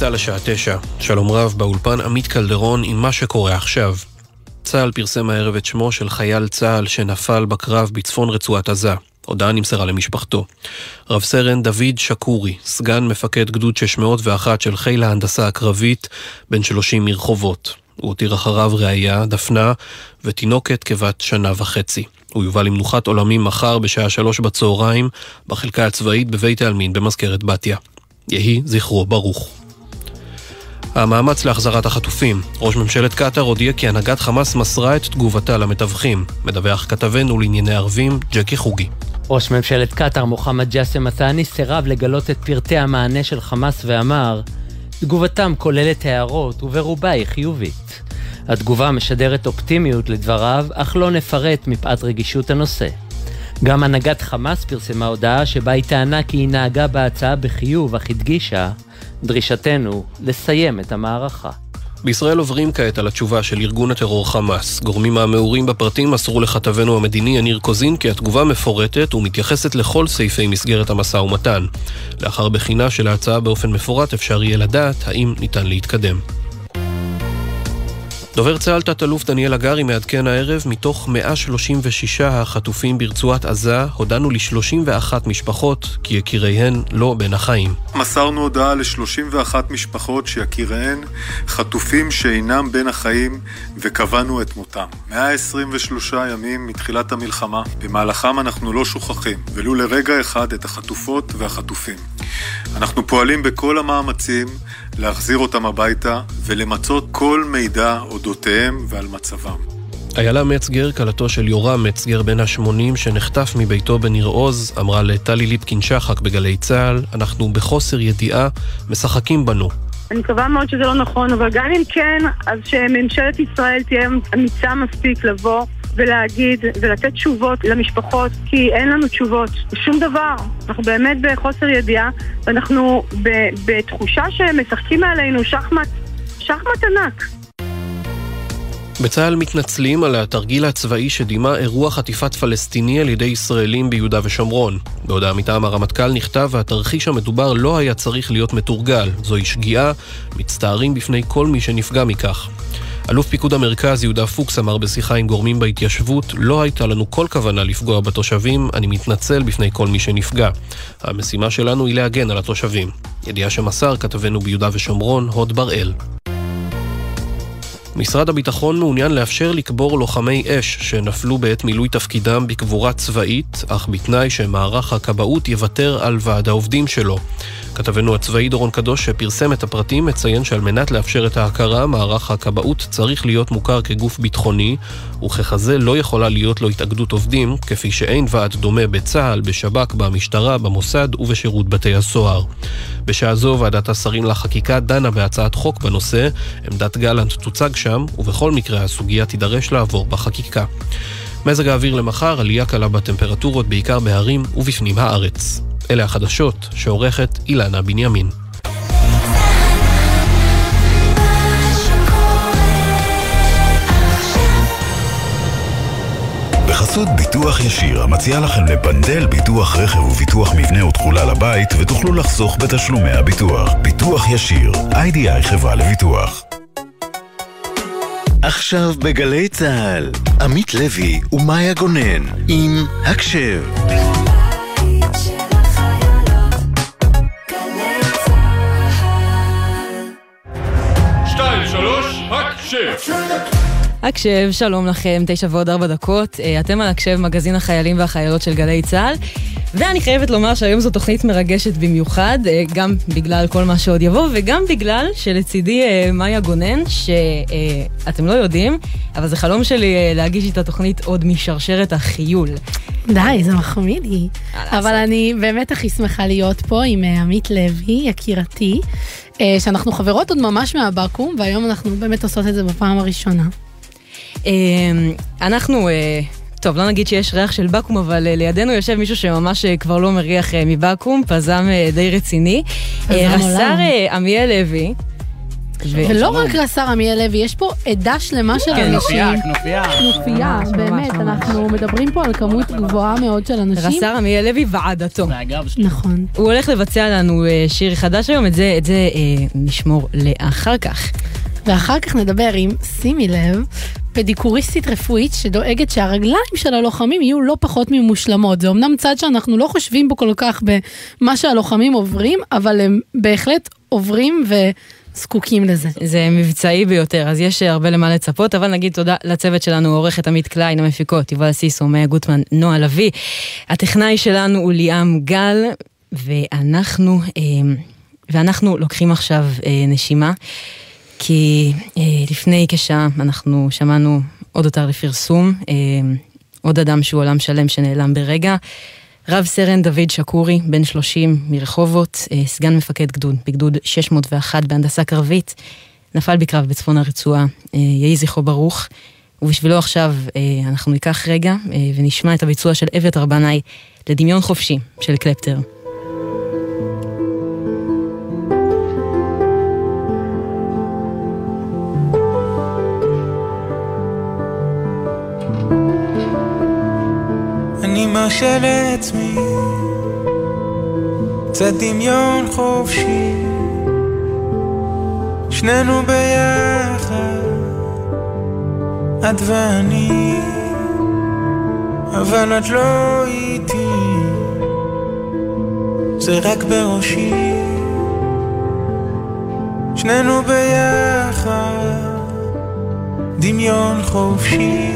צה"ל לשעה 9. שלום רב, באולפן עמית קלדרון עם מה שקורה עכשיו. צה"ל פרסם הערב את שמו של חייל צה"ל שנפל בקרב בצפון רצועת עזה. הודעה נמסרה למשפחתו. רב סרן דוד שקורי, סגן מפקד גדוד 601 של חיל ההנדסה הקרבית, בן 30 מרחובות. הוא הותיר אחריו ראיה, דפנה, ותינוקת כבת 1.5 שנה. הוא יובא למנוחת עולמים מחר בשעה 3 בצהריים, בחלקה הצבאית בבית העלמין במזכרת בתיה. יהי זכרו ברוך. המאמץ להחזרת החטופים. ראש ממשלת קטר הודיע כי הנהגת חמאס מסרה את תגובתה למתווכים. מדווח כתבנו לענייני ערבים, ג'קי חוגי. ראש ממשלת קטר מוחמד ג'אסם א-ת'אני סירב לגלות את פרטי המענה של חמאס ואמר, תגובתם כוללת הערות וברובה היא חיובית. התגובה משדרת אופטימיות לדבריו, אך לא נפרט מפאת רגישות הנושא. גם הנהגת חמאס פרסמה הודעה שבה היא טענה כי היא נהגה בהצעה בחיוב, אך הדגישה, דרישתנו לסיים את המערכה. בישראל עוברים כעת על התשובה של ארגון הטרור חמאס. גורמים המעורים בפרטים מסרו לכתבנו המדיני יניר קוזין כי התגובה מפורטת ומתייחסת לכל סעיפי מסגרת המשא ומתן. לאחר בחינה של ההצעה באופן מפורט אפשר יהיה לדעת האם ניתן להתקדם. דובר צה"ל תת-אלוף דניאל הגרי מעדכן הערב, מתוך 136 החטופים ברצועת עזה, הודענו ל-31 משפחות כי יקיריהן לא בין החיים. מסרנו הודעה ל-31 משפחות שיקיריהן חטופים שאינם בין החיים וקבענו את מותם. 123 ימים מתחילת המלחמה, במהלכם אנחנו לא שוכחים, ולו לרגע אחד את החטופות והחטופים. אנחנו פועלים בכל המאמצים להחזיר אותם הביתה ולמצות כל מידע אודותיהם ועל מצבם. איילה מצגר, קלתו של יורם מצגר בן ה-80 שנחטף מביתו בניר עוז, אמרה לטלי ליפקין שחק בגלי צה"ל, אנחנו בחוסר ידיעה משחקים בנו. אני מקווה מאוד שזה לא נכון, אבל גם אם כן, אז שממשלת ישראל תהיה אמיצה מספיק לבוא ולהגיד ולתת תשובות למשפחות, כי אין לנו תשובות, שום דבר. אנחנו באמת בחוסר ידיעה, ואנחנו בתחושה שהם משחקים עלינו שחמט ענק. בצה"ל מתנצלים על התרגיל הצבאי שדימה אירוע חטיפת פלסטיני על ידי ישראלים ביהודה ושומרון. בהודעה מטעם הרמטכ"ל נכתב והתרחיש המדובר לא היה צריך להיות מתורגל. זוהי שגיאה, מצטערים בפני כל מי שנפגע מכך. אלוף פיקוד המרכז יהודה פוקס אמר בשיחה עם גורמים בהתיישבות, לא הייתה לנו כל כוונה לפגוע בתושבים, אני מתנצל בפני כל מי שנפגע. המשימה שלנו היא להגן על התושבים. ידיעה שמסר כתבנו ביהודה ושומרון, הוד בראל. משרד הביטחון מעוניין לאפשר לקבור לוחמי אש שנפלו בעת מילוי תפקידם בקבורה צבאית, אך בתנאי שמערך הכבאות יוותר על ועד העובדים שלו. כתבנו הצבאי דורון קדוש שפרסם את הפרטים מציין שעל מנת לאפשר את ההכרה, מערך הכבאות צריך להיות מוכר כגוף ביטחוני, וככזה לא יכולה להיות לו התאגדות עובדים, כפי שאין ועד דומה בצה"ל, בשב"כ, במשטרה, במוסד ובשירות בתי הסוהר. בשעה זו ועדת השרים לחקיקה דנה בהצעת חוק בנושא, עמדת גלנט תוצג שם, ובכל מקרה הסוגיה תידרש לעבור בחקיקה. מזג האוויר למחר, עלייה קלה בטמפרטורות בעיקר בהרים ובפנים הארץ. אלה החדשות שעורכת אילנה בנימין. בחסות ביטוח ישיר, המציע לכם לפנדל ביטוח רכב וביטוח מבנה ותכולה לבית, ותוכלו לחסוך בתשלומי הביטוח. ביטוח ישיר, IDI חברה לביטוח. עכשיו בגלי צהל, עמית לוי ומאיה גונן עם הקשב. הקשב, שלום לכם, 9:04. אתם על הקשב, מגזין החיילים והחיילות של גלי צהל, ואני חייבת לומר שהיום זו תוכנית מרגשת במיוחד, גם בגלל כל מה שעוד יבוא, וגם בגלל שלצידי מאיה גונן, שאתם לא יודעים, אבל זה חלום שלי להגיש את התוכנית עוד משרשרת החיול. די, זה מחמיא לי. אבל אני באמת הכי שמחה להיות פה עם עמית לוי, יקירתי, שאנחנו חברות עוד ממש מהבקום, והיום אנחנו באמת עושות את זה בפעם הראשונה. אנחנו, טוב, לא נגיד שיש ריח של בקום, אבל לידינו יושב מישהו שממש כבר לא מריח מבקום, פזם די רציני. השר עמיאל לוי, ולא רק רס"ר עמיאל לוי, יש פה עדה שלמה של אנשים. כנופיה, באמת, אנחנו מדברים פה על כמות גבוהה מאוד של אנשים. רס"ר עמיאל לוי ועדתו. נכון. הוא הולך לבצע לנו שיר חדש היום, את זה נשמור לאחר כך. ואחר כך נדבר עם, שימי לב, פדיקוריסטית רפואית שדואגת שהרגליים של הלוחמים יהיו לא פחות ממושלמות. זה אמנם צד שאנחנו לא חושבים בו כל כך במה שהלוחמים עוברים, אבל הם בהחלט עוברים וזקוקים לזה. זה מבצעי ביותר, אז יש הרבה למה לצפות, אבל נגיד תודה לצוות שלנו, עורכת עמית קליין, המפיקות, יובל סיסו, מאיה גוטמן, נועה לוי. הטכנאי שלנו הוא ליאם גל, ואנחנו לוקחים עכשיו נשימה, כי לפני כשעה אנחנו שמענו עוד יותר לפרסום, עוד אדם שהוא עולם שלם שנעלם ברגע, רב סרן דוד שקורי, בן 30 מרחובות, סגן מפקד גדוד, בגדוד 601 בהנדסה קרבית, נפל בקרב בצפון הרצועה, יהי זכרו ברוך, ובשבילו עכשיו אנחנו ניקח רגע ונשמע את הביצוע של אביתר בנאי לדמיון חופשי של קלפטר. אני מרשה לעצמי קצת דמיון חופשי, שנינו ביחד, את ואני, אבל את לא איתי, זה רק בראשי, שנינו ביחד, דמיון חופשי.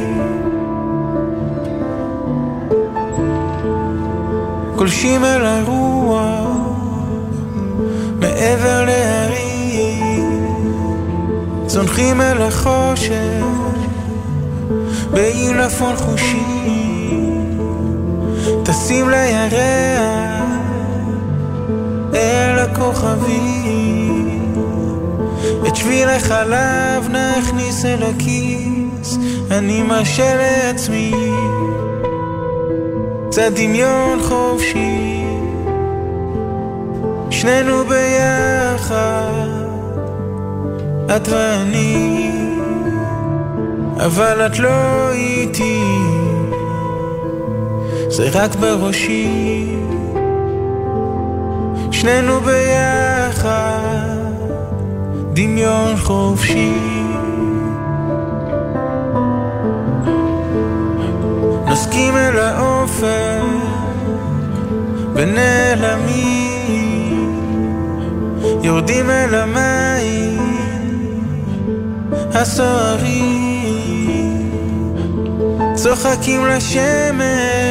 גולשים אל הרוח מעבר להרים, זונחים אל החושך בעילפון חושי, טסים לירח אל הכוכבים, את שביל החלב נכניס אל הכיס, אני מרשה לעצמי קצת דמיון חופשי, שנינו ביחד, את ואני, אבל את לא איתי, זה רק בראשי, שנינו ביחד, דמיון חופשי. נוסקים אל האופן ונעלמים, יורדים אל המים הסוערים, צוחקים לשמש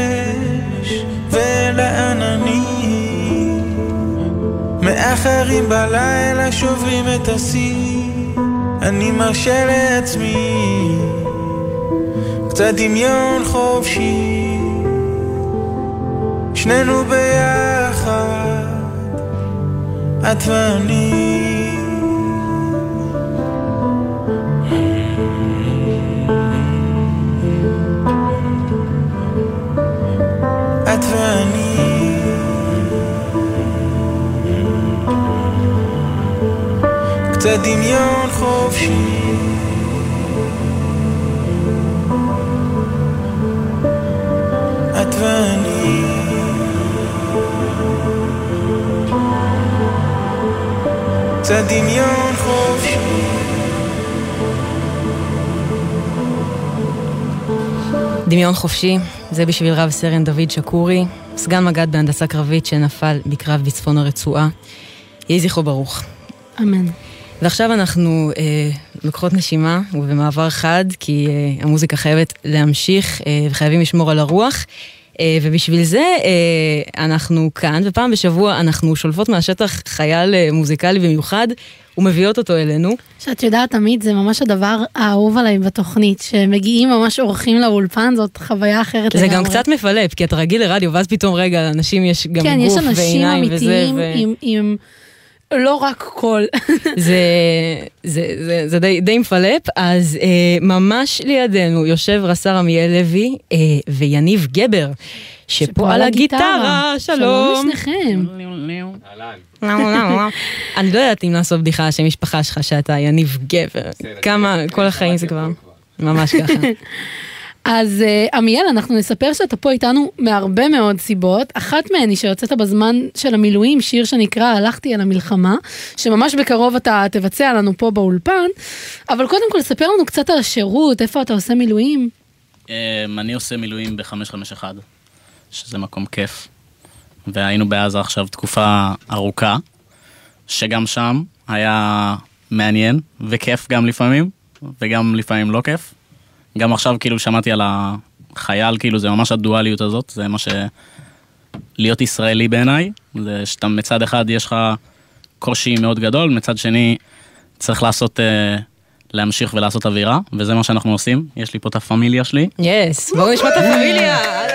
ולעננים, מאחרים בלילה שוברים את השיא, אני מרשה לעצמי קצת דמיון חופשי, שנינו ביחד, את ואני, את ואני, קצת דמיון חופשי, את ואני, קצת דמיון חופשי. דמיון חופשי, זה בשביל רב סרן דוד שקורי, סגן מג"ד בהנדסה קרבית שנפל בקרב בצפון הרצועה. יהי זכרו ברוך. אמן. ועכשיו אנחנו לוקחות נשימה ובמעבר חד, כי המוזיקה חייבת להמשיך וחייבים לשמור על הרוח, ובשביל זה אנחנו כאן, ופעם בשבוע אנחנו שולפות מהשטח חייל מוזיקלי במיוחד, ומביאות אותו אלינו. שאת יודעת, תמיד זה ממש הדבר האהוב עליי בתוכנית, שמגיעים ממש אורחים לאולפן, זאת חוויה אחרת לגמרי. זה גם קצת מפלט, כי את רגיל לרדיו, ואז פתאום רגע, לאנשים יש גם גוף ועיניים וזה. כן, יש אנשים אמיתיים עם לא רק קול. זה די מפלפ, אז ממש לידינו יושב רס"ר עמיאל לוי ויניב גבר, שפה על הגיטרה, שלום. שלום לשניכם. אני לא יודעת אם לעשות בדיחה השם משפחה שלך שאתה יניב גבר, כמה, כל החיים זה כבר ממש ככה. אז עמיאל, אנחנו נספר שאתה פה איתנו מהרבה מאוד סיבות. אחת מהן היא שיוצאת בזמן של המילואים, שיר שנקרא הלכתי על המלחמה, שממש בקרוב אתה תבצע לנו פה באולפן. אבל קודם כל, ספר לנו קצת על השירות, איפה אתה עושה מילואים? אני עושה מילואים ב-551, שזה מקום כיף. והיינו בעזה עכשיו תקופה ארוכה, שגם שם היה מעניין וכיף גם לפעמים, וגם לפעמים לא כיף. גם עכשיו כאילו שמעתי על החייל, כאילו זה ממש הדואליות הזאת, זה מה להיות ישראלי בעיניי, זה שאתה מצד אחד יש לך קושי מאוד גדול, מצד שני צריך להמשיך ולעשות אווירה, וזה מה שאנחנו עושים, יש לי פה את הפמיליה שלי. יס, בואו נשמע את הפמיליה.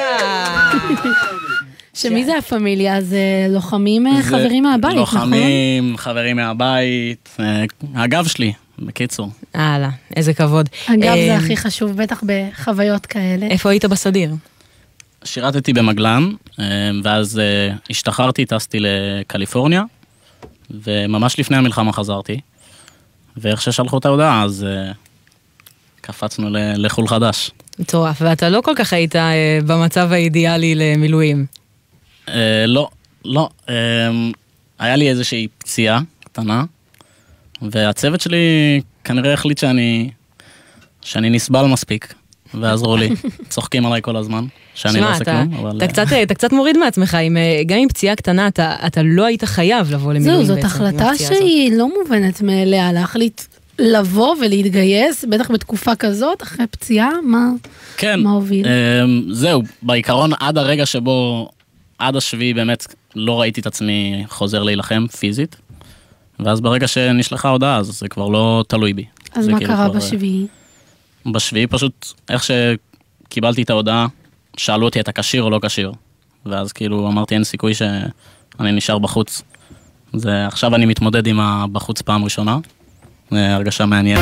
שמי זה הפמיליה? זה לוחמים חברים מהבית, נכון? לוחמים, חברים מהבית, הגב שלי. בקיצור. הלאה, איזה כבוד. אגב, זה הכי חשוב, בטח בחוויות כאלה. איפה היית בסדיר? שירתתי במגלן, ואז השתחררתי, טסתי לקליפורניה, וממש לפני המלחמה חזרתי, ואיך ששלחו את ההודעה, אז קפצנו לחול חדש. מטורף, ואתה לא כל כך היית במצב האידיאלי למילואים. לא. היה לי איזושהי פציעה קטנה, והצוות שלי כנראה החליט שאני נסבל מספיק, ועזרו לי, צוחקים עליי כל הזמן, שאני לא עושה כלום, אבל... אתה קצת מוריד מעצמך, גם עם פציעה קטנה, אתה לא היית חייב לבוא למילואים בעצם. זאת החלטה שהיא לא מובנת מאליה, להחליט לבוא ולהתגייס, בטח בתקופה כזאת, אחרי פציעה, מה הוביל? זהו, בעיקרון עד הרגע שבו, עד השביעי באמת לא ראיתי את עצמי חוזר להילחם פיזית, ואז ברגע שנשלחה ההודעה, אז זה כבר לא תלוי בי. אז מה קרה בשביעי? בשביעי פשוט, איך שקיבלתי את ההודעה, שאלו אותי, אתה כשיר או לא כשיר? ואז כאילו אמרתי, אין סיכוי שאני נשאר בחוץ. עכשיו אני מתמודד עם בחוץ פעם ראשונה. הרגשה מעניינת.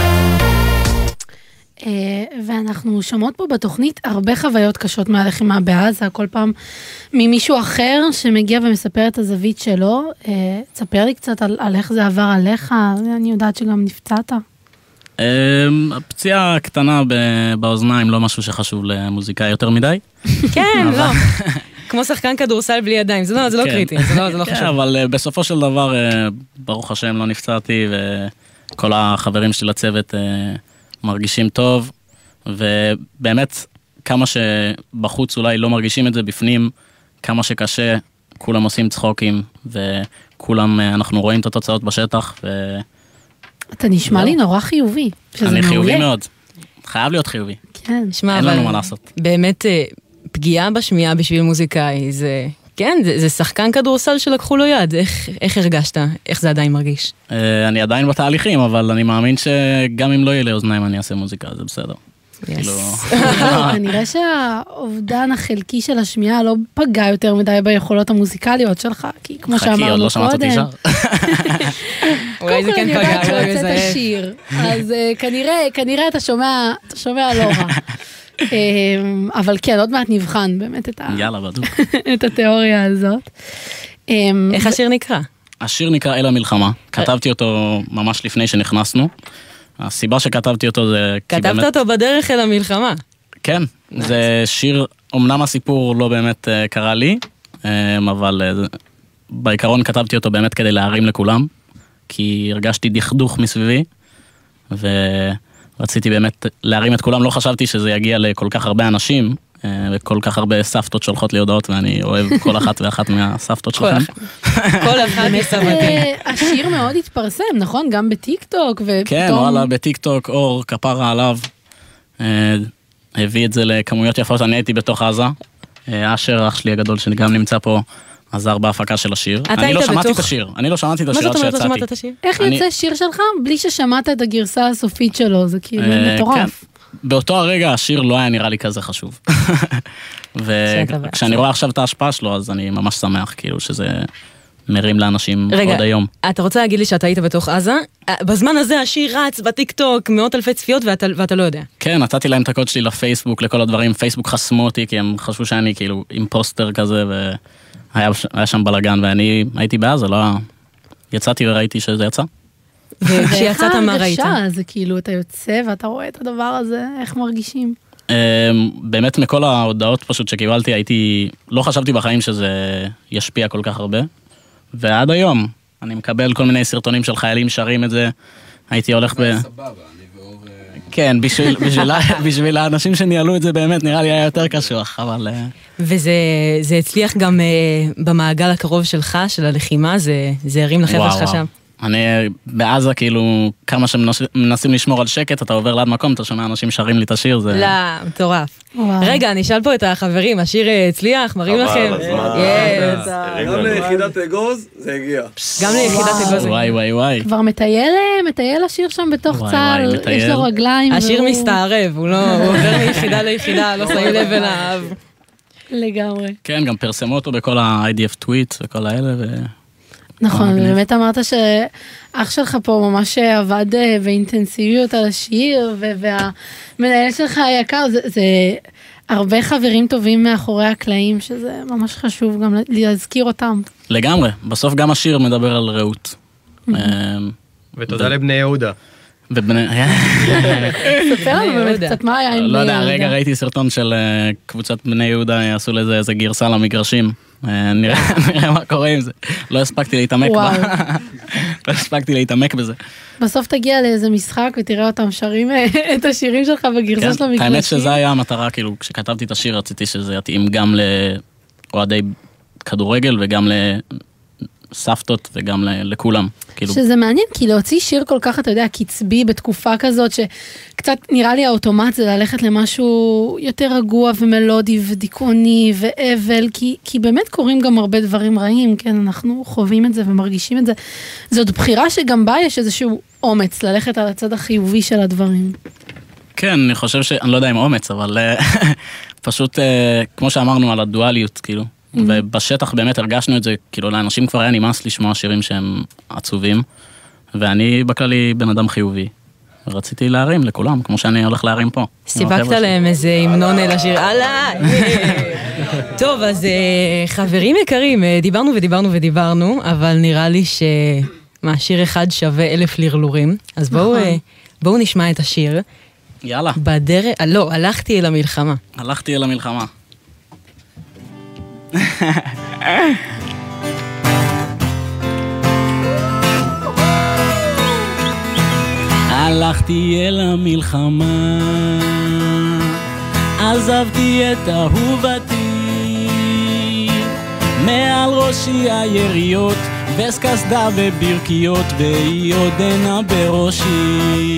ואנחנו שומעות פה בתוכנית הרבה חוויות קשות מהלחימה בעזה, כל פעם ממישהו אחר שמגיע ומספר את הזווית שלו. תספר לי קצת על איך זה עבר עליך, אני יודעת שגם נפצעת. הפציעה קטנה באוזניים, לא משהו שחשוב למוזיקאי יותר מדי. כן, לא. כמו שחקן כדורסל בלי ידיים, זה לא קריטי, זה לא חשוב. אבל בסופו של דבר, ברוך השם, לא נפצעתי, וכל החברים שלי לצוות מרגישים טוב, ובאמת, כמה שבחוץ אולי לא מרגישים את זה, בפנים, כמה שקשה, כולם עושים צחוקים, וכולם, אנחנו רואים את התוצאות בשטח, אתה נשמע לי נורא חיובי. אני חיובי מאוד. חייב להיות חיובי. כן. אין לנו מה לעשות. באמת, פגיעה בשמיעה בשביל מוזיקאי, כן, זה שחקן כדורסל שלקחו לו יד. איך הרגשת? איך זה עדיין מרגיש? אני עדיין בתהליכים, אבל אני מאמין שגם אם לא יהיה לי אוזניים אני אעשה מוזיקה, זה בסדר. כנראה שהאובדן החלקי של השמיעה לא פגע יותר מדי ביכולות המוזיקליות שלך, כי כמו שאמרנו קודם. אולי זה כן פגע. קודם כל אני יודעת שהוצאת שיר, אז כנראה אתה שומע לא רע. אבל כן, עוד מעט נבחן באמת את התיאוריה הזאת. איך השיר נקרא? השיר נקרא אל המלחמה. כתבתי אותו ממש לפני שנכנסנו. הסיבה שכתבתי אותו זה... כתבת אותו בדרך אל המלחמה. כן, זה שיר, אמנם הסיפור לא באמת קרה לי, אבל בעיקרון כתבתי אותו באמת כדי להרים לכולם, כי הרגשתי דכדוך מסביבי, ורציתי באמת להרים את כולם. לא חשבתי שזה יגיע לכל כך הרבה אנשים, וכל כך הרבה סבתות שולחות לי הודעות, ואני אוהב כל אחת ואחת מהסבתות שלכם. כל אחת מסבתי. השיר מאוד התפרסם, נכון? גם בטיקטוק, כן, וואלה, בטיקטוק, אור, כפרה עליו, הביא את זה לכמויות יפות. אני הייתי בתוך עזה, אשר, אח שלי הגדול, שגם נמצא פה, עזר בהפקה של השיר. אני לא שמעתי את השיר, עד שיצאתי. מה זאת אומרת לא שמעת את השיר? איך יוצא שיר שלך בלי ששמעת את הגרסה הסופית שלו? זה כאילו מטורף. באותו הרגע השיר לא היה נראה לי כזה חשוב. וכשאני רואה עכשיו את ההשפעה שלו, אז אני ממש שמח, כאילו שזה מרים לאנשים עוד היום. רגע, אתה רוצה להגיד לי שאתה היית בתוך עזה? בזמן הזה השיר רץ בטיקטוק, מאות אלפי צפיות ואתה לא יודע. כן, נתתי להם את הקוד שלי לפייסבוק, לכל הדברים. פייסבוק חסמו אותי, כי הם חשבו שאני כאילו אימפוסטר כזה, והיה שם בלגן, ואני הייתי בעזה, לא... יצאתי וראיתי שזה יצא. וכשיצאת מה ראית? זה כאילו, אתה יוצא ואתה רואה את הדבר הזה, איך מרגישים? באמת מכל ההודעות פשוט שקיבלתי, לא חשבתי בחיים שזה ישפיע כל כך הרבה, ועד היום אני מקבל כל מיני סרטונים של חיילים שרים את זה, הייתי הולך כן, בשביל האנשים שניהלו את זה באמת נראה לי היה יותר קשוח, אבל... וזה הצליח גם במעגל הקרוב שלך, של הלחימה, זה הרים לחבר'ה שלך שם. אני בעזה כאילו, כמה שמנסים לשמור על שקט, אתה עובר ליד מקום, אתה שומע אנשים שרים לי את השיר, זה... לא, מטורף. רגע, אני אשאל פה את החברים, השיר הצליח, מראים לכם? גם ליחידת אגוז, זה הגיע. גם ליחידת אגוז. וואי. כבר מטייל השיר שם בתוך צהל, יש לו רגליים. השיר מסתערב, הוא עובר מיחידה ליחידה, לא שמים לב אליו. לגמרי. כן, גם פרסמו אותו בכל ה-IDF טוויט וכל האלה, נכון, באמת אמרת שאח שלך פה ממש עבד באינטנסיביות על השיר, והמנהל שלך היקר, זה הרבה חברים טובים מאחורי הקלעים, שזה ממש חשוב גם להזכיר אותם. לגמרי, בסוף גם השיר מדבר על רעות. ותודה לבני יהודה. ספר לנו באמת קצת מה היה עם בני יהודה. לא יודע, רגע ראיתי סרטון של קבוצת בני יהודה, יעשו לזה איזה גרסה למגרשים. נראה מה קורה עם זה. לא הספקתי להתעמק בזה. בסוף תגיע לאיזה משחק ותראה אותם שרים את השירים שלך בגרסה של המגרשים. האמת שזה היה המטרה, כאילו, כשכתבתי את השיר רציתי שזה יתאים גם לאוהדי כדורגל וגם סבתות וגם לכולם. שזה מעניין, כי להוציא שיר כל כך, אתה יודע, קצבי בתקופה כזאת, שקצת נראה לי האוטומט זה ללכת למשהו יותר רגוע ומלודי ודיכאוני ואבל, כי באמת קורים גם הרבה דברים רעים, כן, אנחנו חווים את זה ומרגישים את זה. זאת בחירה שגם בה יש איזשהו אומץ, ללכת על הצד החיובי של הדברים. כן, אני חושב אני לא יודע אם אומץ, אבל פשוט, כמו שאמרנו על הדואליות, כאילו, ובשטח באמת הרגשנו את זה, כאילו לאנשים כבר היה נמאס לשמוע שירים שהם עצובים, ואני בכללי בן אדם חיובי. רציתי להרים לכולם, כמו שאני הולך להרים פה. סיפקת להם איזה המנון לשיר, טוב, אז חברים יקרים, דיברנו, אבל נראה לי ששיר אחד שווה 1,000 לרלורים, אז בואו נשמע את השיר. יאללה. לא, הלכתי אל המלחמה. הלכתי אל המלחמה, עזבתי את אהובתי, מעל ראשי היריות, וסקסדה וברכיות, והיא עודנה בראשי.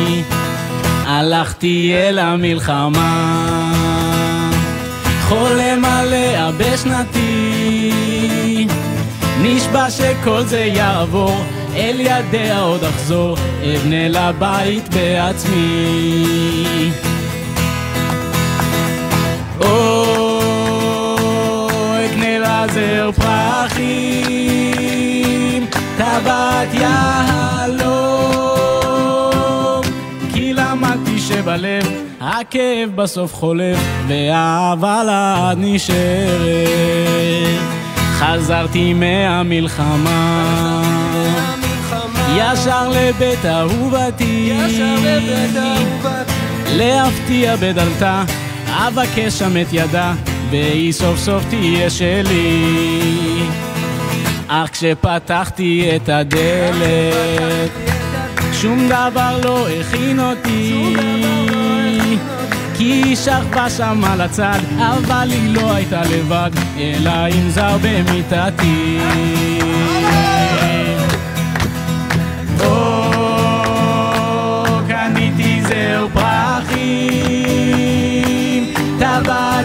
הלכתי אל המלחמה, חולם עליה בשנתי, נשבע שכל זה יעבור, אל ידיה עוד אחזור, אבנה לבית בעצמי. אקנה לזר פרחים, טבעת יהלום, כי למדתי שבלב הכאב בסוף חולף, והאהבה לעד נשארת. חזרתי מהמלחמה, ישר לבית אהובתי, להפתיע בדלתה, אבקש שם את ידה, והיא סוף סוף תהיה שלי. אך כשפתחתי את הדלת, שום דבר לא הכין אותי, כי היא שכבה שם על הצד, אבל היא לא הייתה לבד, אלא עם זר במיטתי. קניתי זר פרחים, טבעת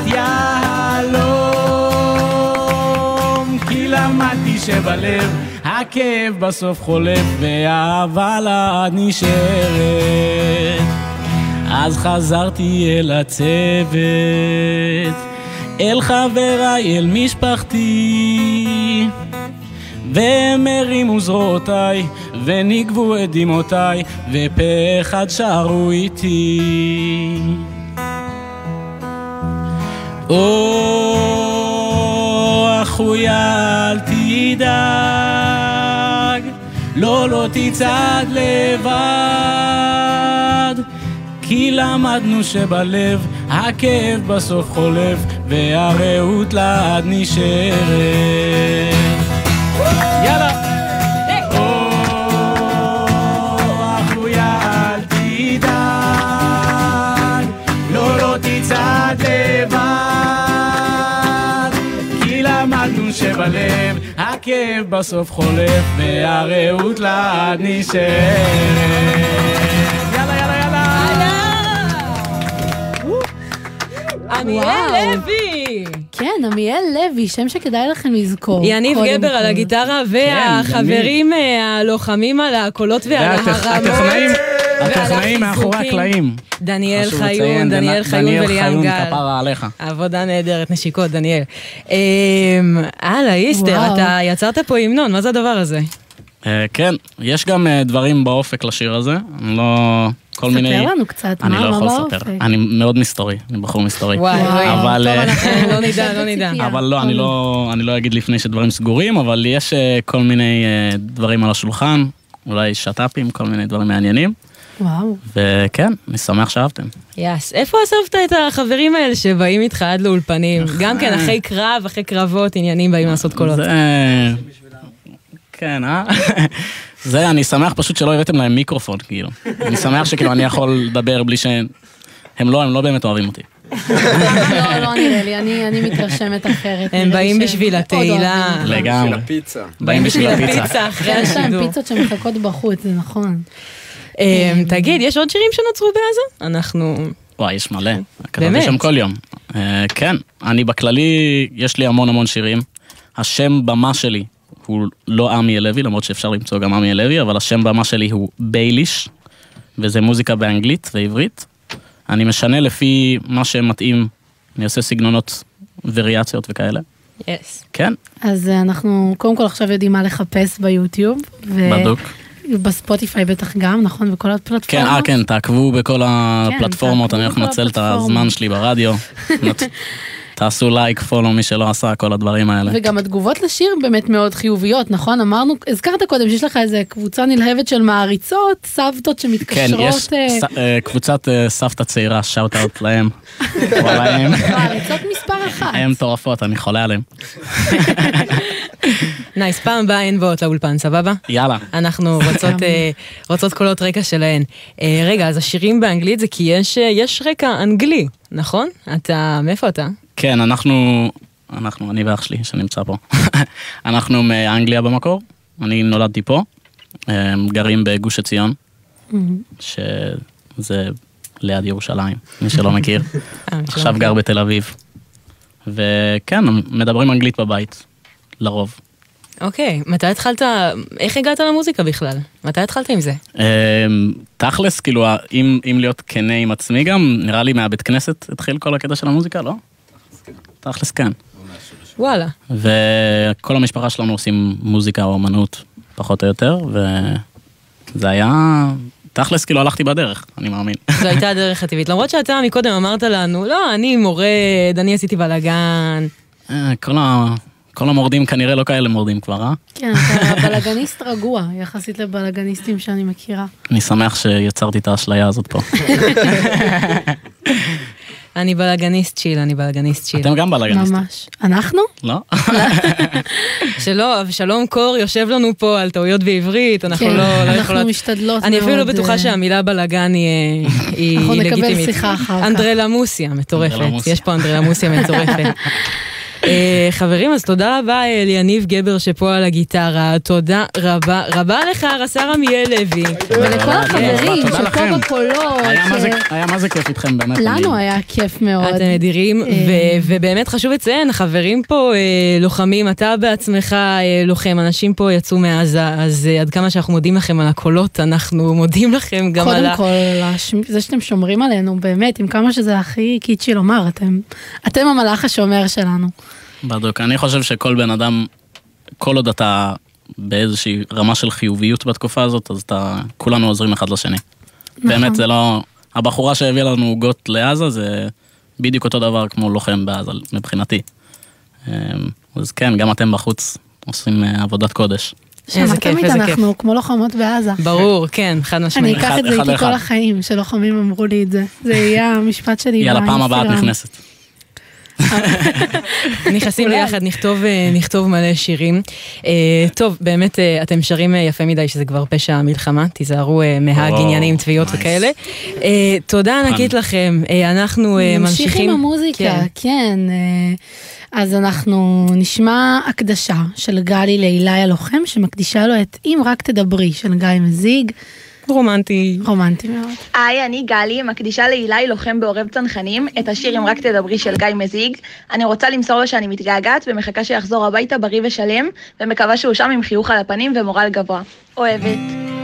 יהלום, כי למדתי שבלב הכאב בסוף חולף, והאהבה לעד נשארת. אז חזרתי אל הצוות, אל חבריי, אל משפחתי, והם הרימו זרועותיי, וניגבו את דמעותיי, ופה אחד שרו איתי. אחוי אל תדאג, לא תצעד לבד, כי למדנו שבלב הכאב בסוף חולף, והרעות לעד נשארת. יאללה! אחוי אל תדאג, לא תצעד לבד, כי למדנו שבלב הכאב בסוף חולף, והרעות לעד נשארת. יאללה, יאללה, יאללה! עמיאל לוי! כן, עמיאל לוי, שם שכדאי לכם לזכור. יניב גבר על הגיטרה, והחברים הלוחמים על הקולות ועל הרמות. הטכנאים מאחורי הקלעים. דניאל חיון וליאם גל. כפרה עליך. עבודה נהדרת, נשיקות, דניאל. הלאה, איסטר, אתה יצרת פה המנון, מה זה הדבר הזה? כן, יש גם דברים באופק לשיר הזה. אני לא... כל מיני... ספר לנו קצת, אני לא יכול לספר. אני מאוד מסתורי, אני בחור מסתורי. וואי, טוב, לא נדע. אבל לא, אני לא אגיד לפני שדברים סגורים, אבל יש כל מיני דברים על השולחן, אולי שטאפים, כל מיני דברים מעניינים. וואו. וכן, אני שמח שאהבתם. יס, איפה אספת את החברים האלה שבאים איתך עד לאולפנים? גם כן, אחרי קרב, אחרי קרבות, עניינים באים לעשות קולות. כן, זה, אני שמח פשוט שלא הבאתם להם מיקרופון, כאילו. אני שמח שכאילו אני יכול לדבר בלי שהם לא באמת אוהבים אותי. לא נראה לי, אני מתרשמת אחרת. הם באים בשביל התהילה. לגמרי. באים בשביל הפיצה אחרי השידור. יש להם פיצות שמחכות בחוץ, זה נכון. תגיד, יש עוד שירים שנוצרו בעזה? אנחנו... וואי, יש מלא. כתבתי שם כל יום. כן, אני בכללי, יש לי המון שירים. השם במה שלי הוא לא עמיאל לוי, למרות שאפשר למצוא גם עמיאל לוי, אבל השם במה שלי הוא בייליש, וזה מוזיקה באנגלית ועברית. אני משנה לפי מה שמתאים, אני עושה סגנונות וריאציות וכאלה. Yes. כן. אז אנחנו קודם כל עכשיו יודעים מה לחפש ביוטיוב. בדוק. בספוטיפיי בטח גם, נכון? בכל הפלטפורמות? כן, תעקבו בכל הפלטפורמות, אני הולך לנצל את הזמן שלי ברדיו. תעשו לייק, פולו, מי שלא עשה, כל הדברים האלה. וגם התגובות לשיר באמת מאוד חיוביות, נכון? אמרנו, הזכרת קודם שיש לך איזה קבוצה נלהבת של מעריצות, סבתות שמתקשרות... כן, יש קבוצת סבתא צעירה, שאוט אאוט להם. מעריצות מספר אחת. הם מטורפות, אני חולה עליהם. נייס, פעם הבאה אין באות לאולפן, סבבה? יאללה. אנחנו רוצות קולות רקע שלהן. רגע, אז השירים באנגלית זה כי יש רקע אנגלי, נכון? מאיפה אתה? כן, אני ואח שלי שנמצא פה. אנחנו מאנגליה במקור, אני נולדתי פה, גרים בגוש עציון, שזה ליד ירושלים, מי שלא מכיר. עכשיו גר בתל אביב. וכן, מדברים אנגלית בבית, לרוב. אוקיי, איך הגעת למוזיקה בכלל? מתי התחלת עם זה? תכלס, כאילו, אם להיות כנה עם עצמי גם, נראה לי מהבית כנסת התחיל כל הקטע של המוזיקה, לא? תכלס כן. וואלה. וכל המשפחה שלנו עושים מוזיקה או אמנות, פחות או יותר, וזה היה... תכלס, כאילו, הלכתי בדרך, אני מאמין. זו הייתה הדרך הטבעית. למרות שאתה מקודם אמרת לנו, לא, אני מורד, אני עשיתי בלגן. כל המורדים כנראה לא כאלה מורדים כבר, אה? כן, אתה בלגניסט רגוע, יחסית לבלגניסטים שאני מכירה. אני שמח שיצרתי את האשליה הזאת פה. אני בלגניסט צ'יל. אתם גם בלגניסטים. ממש. אנחנו? לא. שלום קור יושב לנו פה על טעויות בעברית, אנחנו לא יכולות... אנחנו משתדלות. אני אפילו לא בטוחה שהמילה בלגן היא לגיטימית. אנחנו נקבל שיחה אחר כך. אנדרלמוסיה מטורפת, יש פה אנדרלמוסיה מטורפת. חברים, אז תודה רבה ליניב גבר שפה על הגיטרה, תודה רבה לך רס"ר עמיאל לוי. ולכל החברים שפה בקולות. היה מה זה כיף איתכם, באמת. לנו היה כיף מאוד. אתם נדירים, ובאמת חשוב לציין, החברים פה לוחמים, אתה בעצמך לוחם, אנשים פה יצאו מעזה, אז עד כמה שאנחנו מודים לכם על הקולות, אנחנו מודים לכם גם על... קודם כל, זה שאתם שומרים עלינו, באמת, עם כמה שזה הכי קיצ'י לומר, אתם המלאך השומר שלנו. בדיוק, אני חושב שכל בן אדם, כל עוד אתה באיזושהי רמה של חיוביות בתקופה הזאת, אז כולנו עוזרים אחד לשני. באמת זה לא, הבחורה שהביאה לנו עוגות לעזה, זה בדיוק אותו דבר כמו לוחם בעזה, מבחינתי. אז כן, גם אתם בחוץ עושים עבודת קודש. איזה כיף, איזה כיף. אנחנו כמו לוחמות בעזה. ברור, כן, חד משמעית. אני אקח את זה איתי כל החיים, שלוחמים אמרו לי את זה. זה יהיה המשפט שלי. יאללה, פעם הבאה את נכנסת. נכנסים ליחד, נכתוב מלא שירים. טוב, באמת, אתם שרים יפה מדי שזה כבר פשע מלחמה, תיזהרו מהג עניינים, תביעות וכאלה. תודה ענקית לכם, אנחנו ממשיכים. נמשיך עם המוזיקה, כן. אז אנחנו נשמע הקדשה של גלי לאילי הלוחם, שמקדישה לו את אם רק תדברי, של גיא מזיג. רומנטי. רומנטי מאוד. היי, אני גלי, מקדישה לאילי לוחם בעורב צנחנים, את השיר אם רק תדברי של גיא מזיג. אני רוצה למסור לו שאני מתגעגעת ומחכה שיחזור הביתה בריא ושלם, ומקווה שהוא שם עם חיוך על הפנים ומורל גבוה. אוהבת.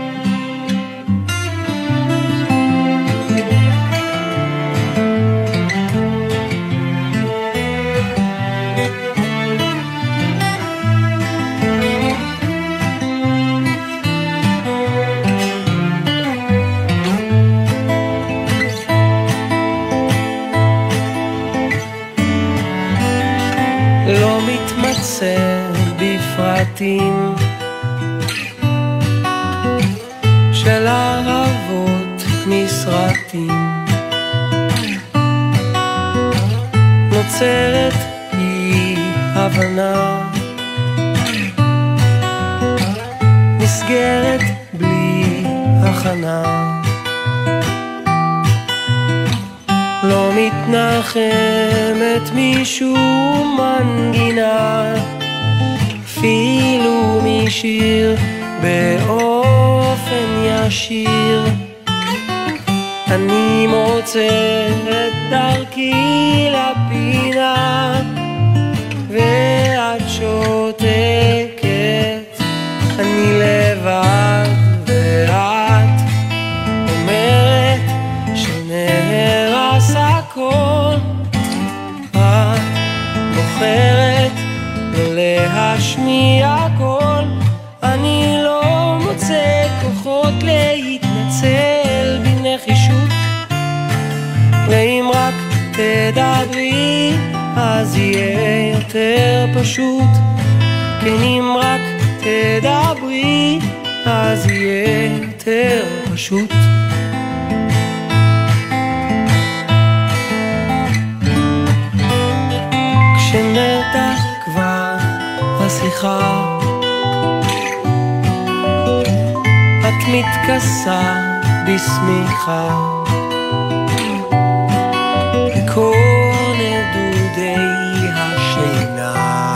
לא מתמצא בפרטים של ערבות מסרטים, נוצרת אי הבנה, מסגרת בלי הכנה, לא מתנחמת משום מנגינה, אפילו משיר באופן ישיר. אני מוצא את דרכי לפינה ואת שותקת, אני לבד ואת אומרת שנהרס הכל. את בוחרת לא להשמיע קול, אני לא מוצא כוחות להתנצל בנחישות, ואם רק תדברי אז יהיה יותר פשוט, כן אם רק תדברי אז יהיה יותר פשוט. כשנתה כבר השיחה, את מתכסה בשמיכה, וכל נדודי השינה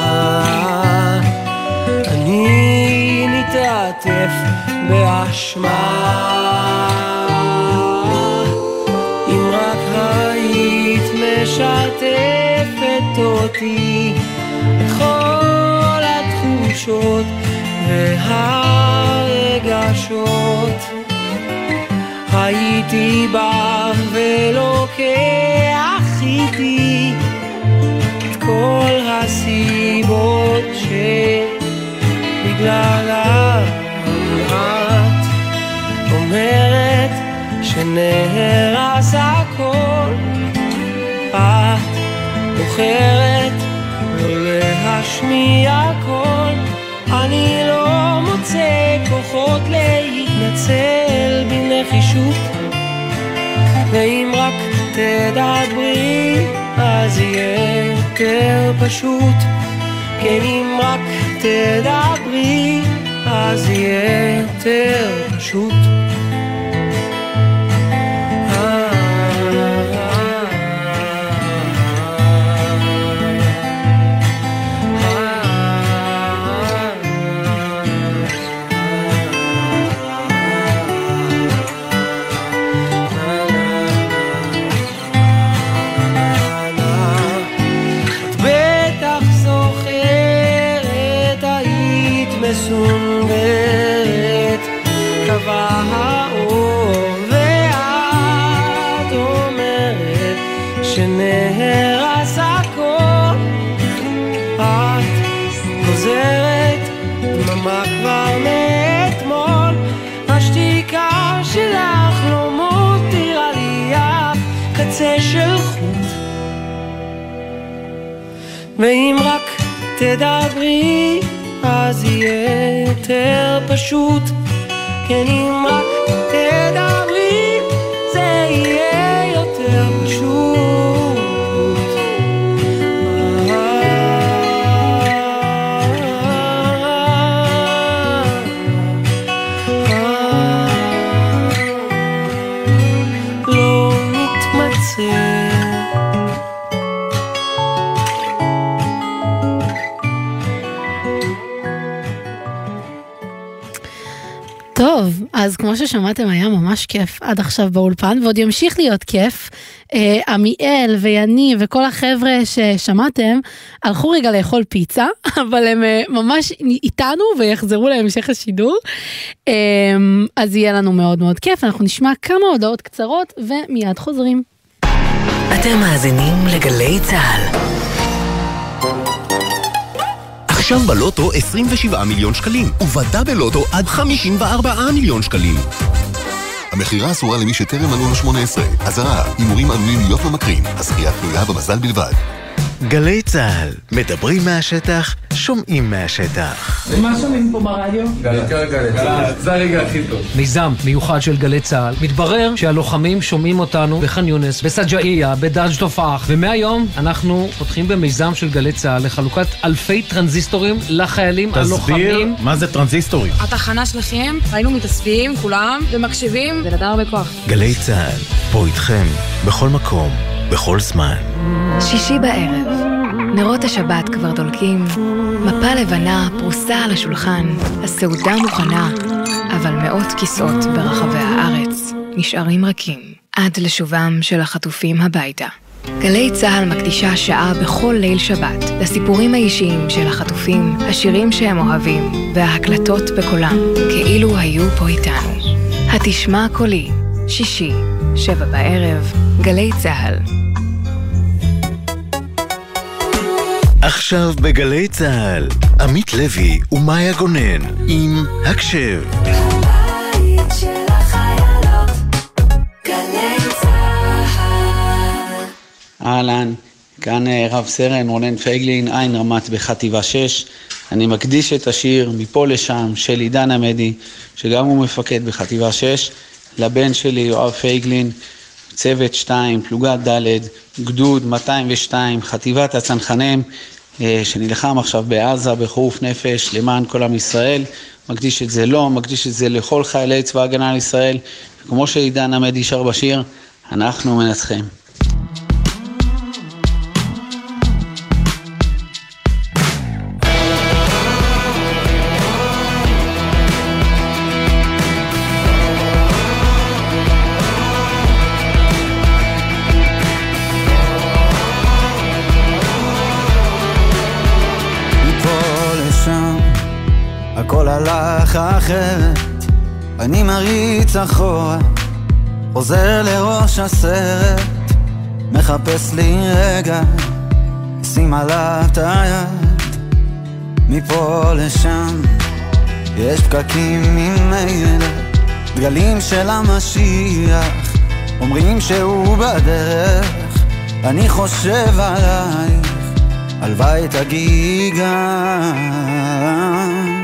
אני מתעטף באשמה. אם רק היית משתפת אותי בכל התחושות והרגשות, הייתי בא ולוקח איתי את כל הסיבות שבגללם את אומרת שנהרס הכל. את בוחרת לא להשמיע קול, אני לא מוצא כוחות להתנצל בנחישות, ואם רק תדברי אז יהיה יותר פשוט, כן אם רק תדברי אז יהיה יותר פשוט. מסונברת קבע האור, ואת אומרת שנהרס הכל. את חוזרת ומה כבר מאתמול, השתיקה שלך לא מותירה לי אף קצה של חוט. ואם רק תדברי אז יהיה יותר פשוט, כן אם רק תדברי זה יהיה יותר פשוט. לא מתמצא טוב, אז כמו ששמעתם היה ממש כיף עד עכשיו באולפן, ועוד ימשיך להיות כיף. עמיאל ויני וכל החבר'ה ששמעתם הלכו רגע לאכול פיצה, אבל הם ממש איתנו ויחזרו להמשך השידור. אז יהיה לנו מאוד מאוד כיף, אנחנו נשמע כמה הודעות קצרות ומיד חוזרים. אתם מאזינים לגלי צהל. עכשיו בלוטו 27 מיליון שקלים, ובדאבל לוטו עד 54 מיליון שקלים. המחירה אסורה למי שטרם מלאו לו 18. אזהרה, הימורים עלולים להיות ממכרים. הזכייה תלויה במזל בלבד. גלי צהל, מדברים מהשטח, שומעים מהשטח. ומה שומעים פה ברדיו? גלי צהל, זה הרגע הכי טוב. מיזם מיוחד של גלי צהל. מתברר שהלוחמים שומעים אותנו בח'אן יונס, בסג'אעיה, בדאג' תופח, ומהיום אנחנו פותחים במיזם של גלי צהל לחלוקת אלפי טרנזיסטורים לחיילים הלוחמים. תסביר מה זה טרנזיסטורים. התחנה שלכם, היינו מתאספים כולם ומקשיבים, זה נתן הרבה כוח. גלי צהל, פה איתכם, בכל מקום, בכל זמן. שישי בערב, נרות השבת כבר דולקים, מפה לבנה פרוסה על השולחן, הסעודה מוכנה, אבל מאות כיסאות ברחבי הארץ נשארים רכים עד לשובם של החטופים הביתה. גלי צהל מקדישה שעה בכל ליל שבת לסיפורים האישיים של החטופים, השירים שהם אוהבים וההקלטות בקולם, כאילו היו פה איתנו. התשמע קולי, שישי, 7 בערב, גלי צהל. עכשיו בגלי צהל, עמית לוי ומאיה גונן עם הקשב. הבית של החיילות, גלי צהל. אהלן, כאן רב סרן רונן פייגלין, עין רמת בחטיבה 6. אני מקדיש את השיר מפה לשם של עידן עמדי, שגם הוא מפקד בחטיבה 6, לבן שלי יואב פייגלין, צוות 2, פלוגת ד', גדוד 202, חטיבת הצנחנים, שנלחם עכשיו בעזה בחירוף נפש למען כל עם ישראל. מקדיש את זה לו, מקדיש את זה לכל חיילי צבא הגנה לישראל, וכמו שעידן עמדי שר בשיר, אנחנו מנצחים. הכל הלך אחרת, אני מריץ אחורה, חוזר לראש הסרט, מחפש לי רגע, שים עליו את היד. מפה לשם יש פקקים ממילא, דגלים של המשיח אומרים שהוא בדרך. אני חושב עלייך, הלוואי תגיעי גם.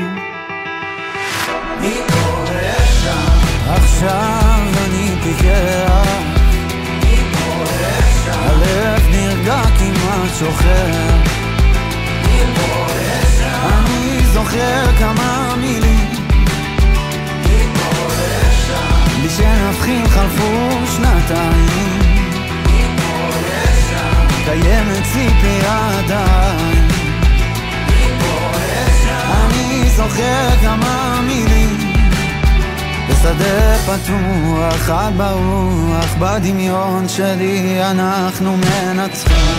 מפה לשם עכשיו אני פיקח, מפה לשם הלב נרגע כמעט שוחר. מפה לשם אני זוכר כמה מילים, מפה לשם בלי שנבחין חלפו שנתיים. מפה לשם קיימת ציפייה עדיין. מפה לשם אני זוכר כמה מילים, בשדה פתוח, עד ברוח, בדמיון שלי אנחנו מנצחים.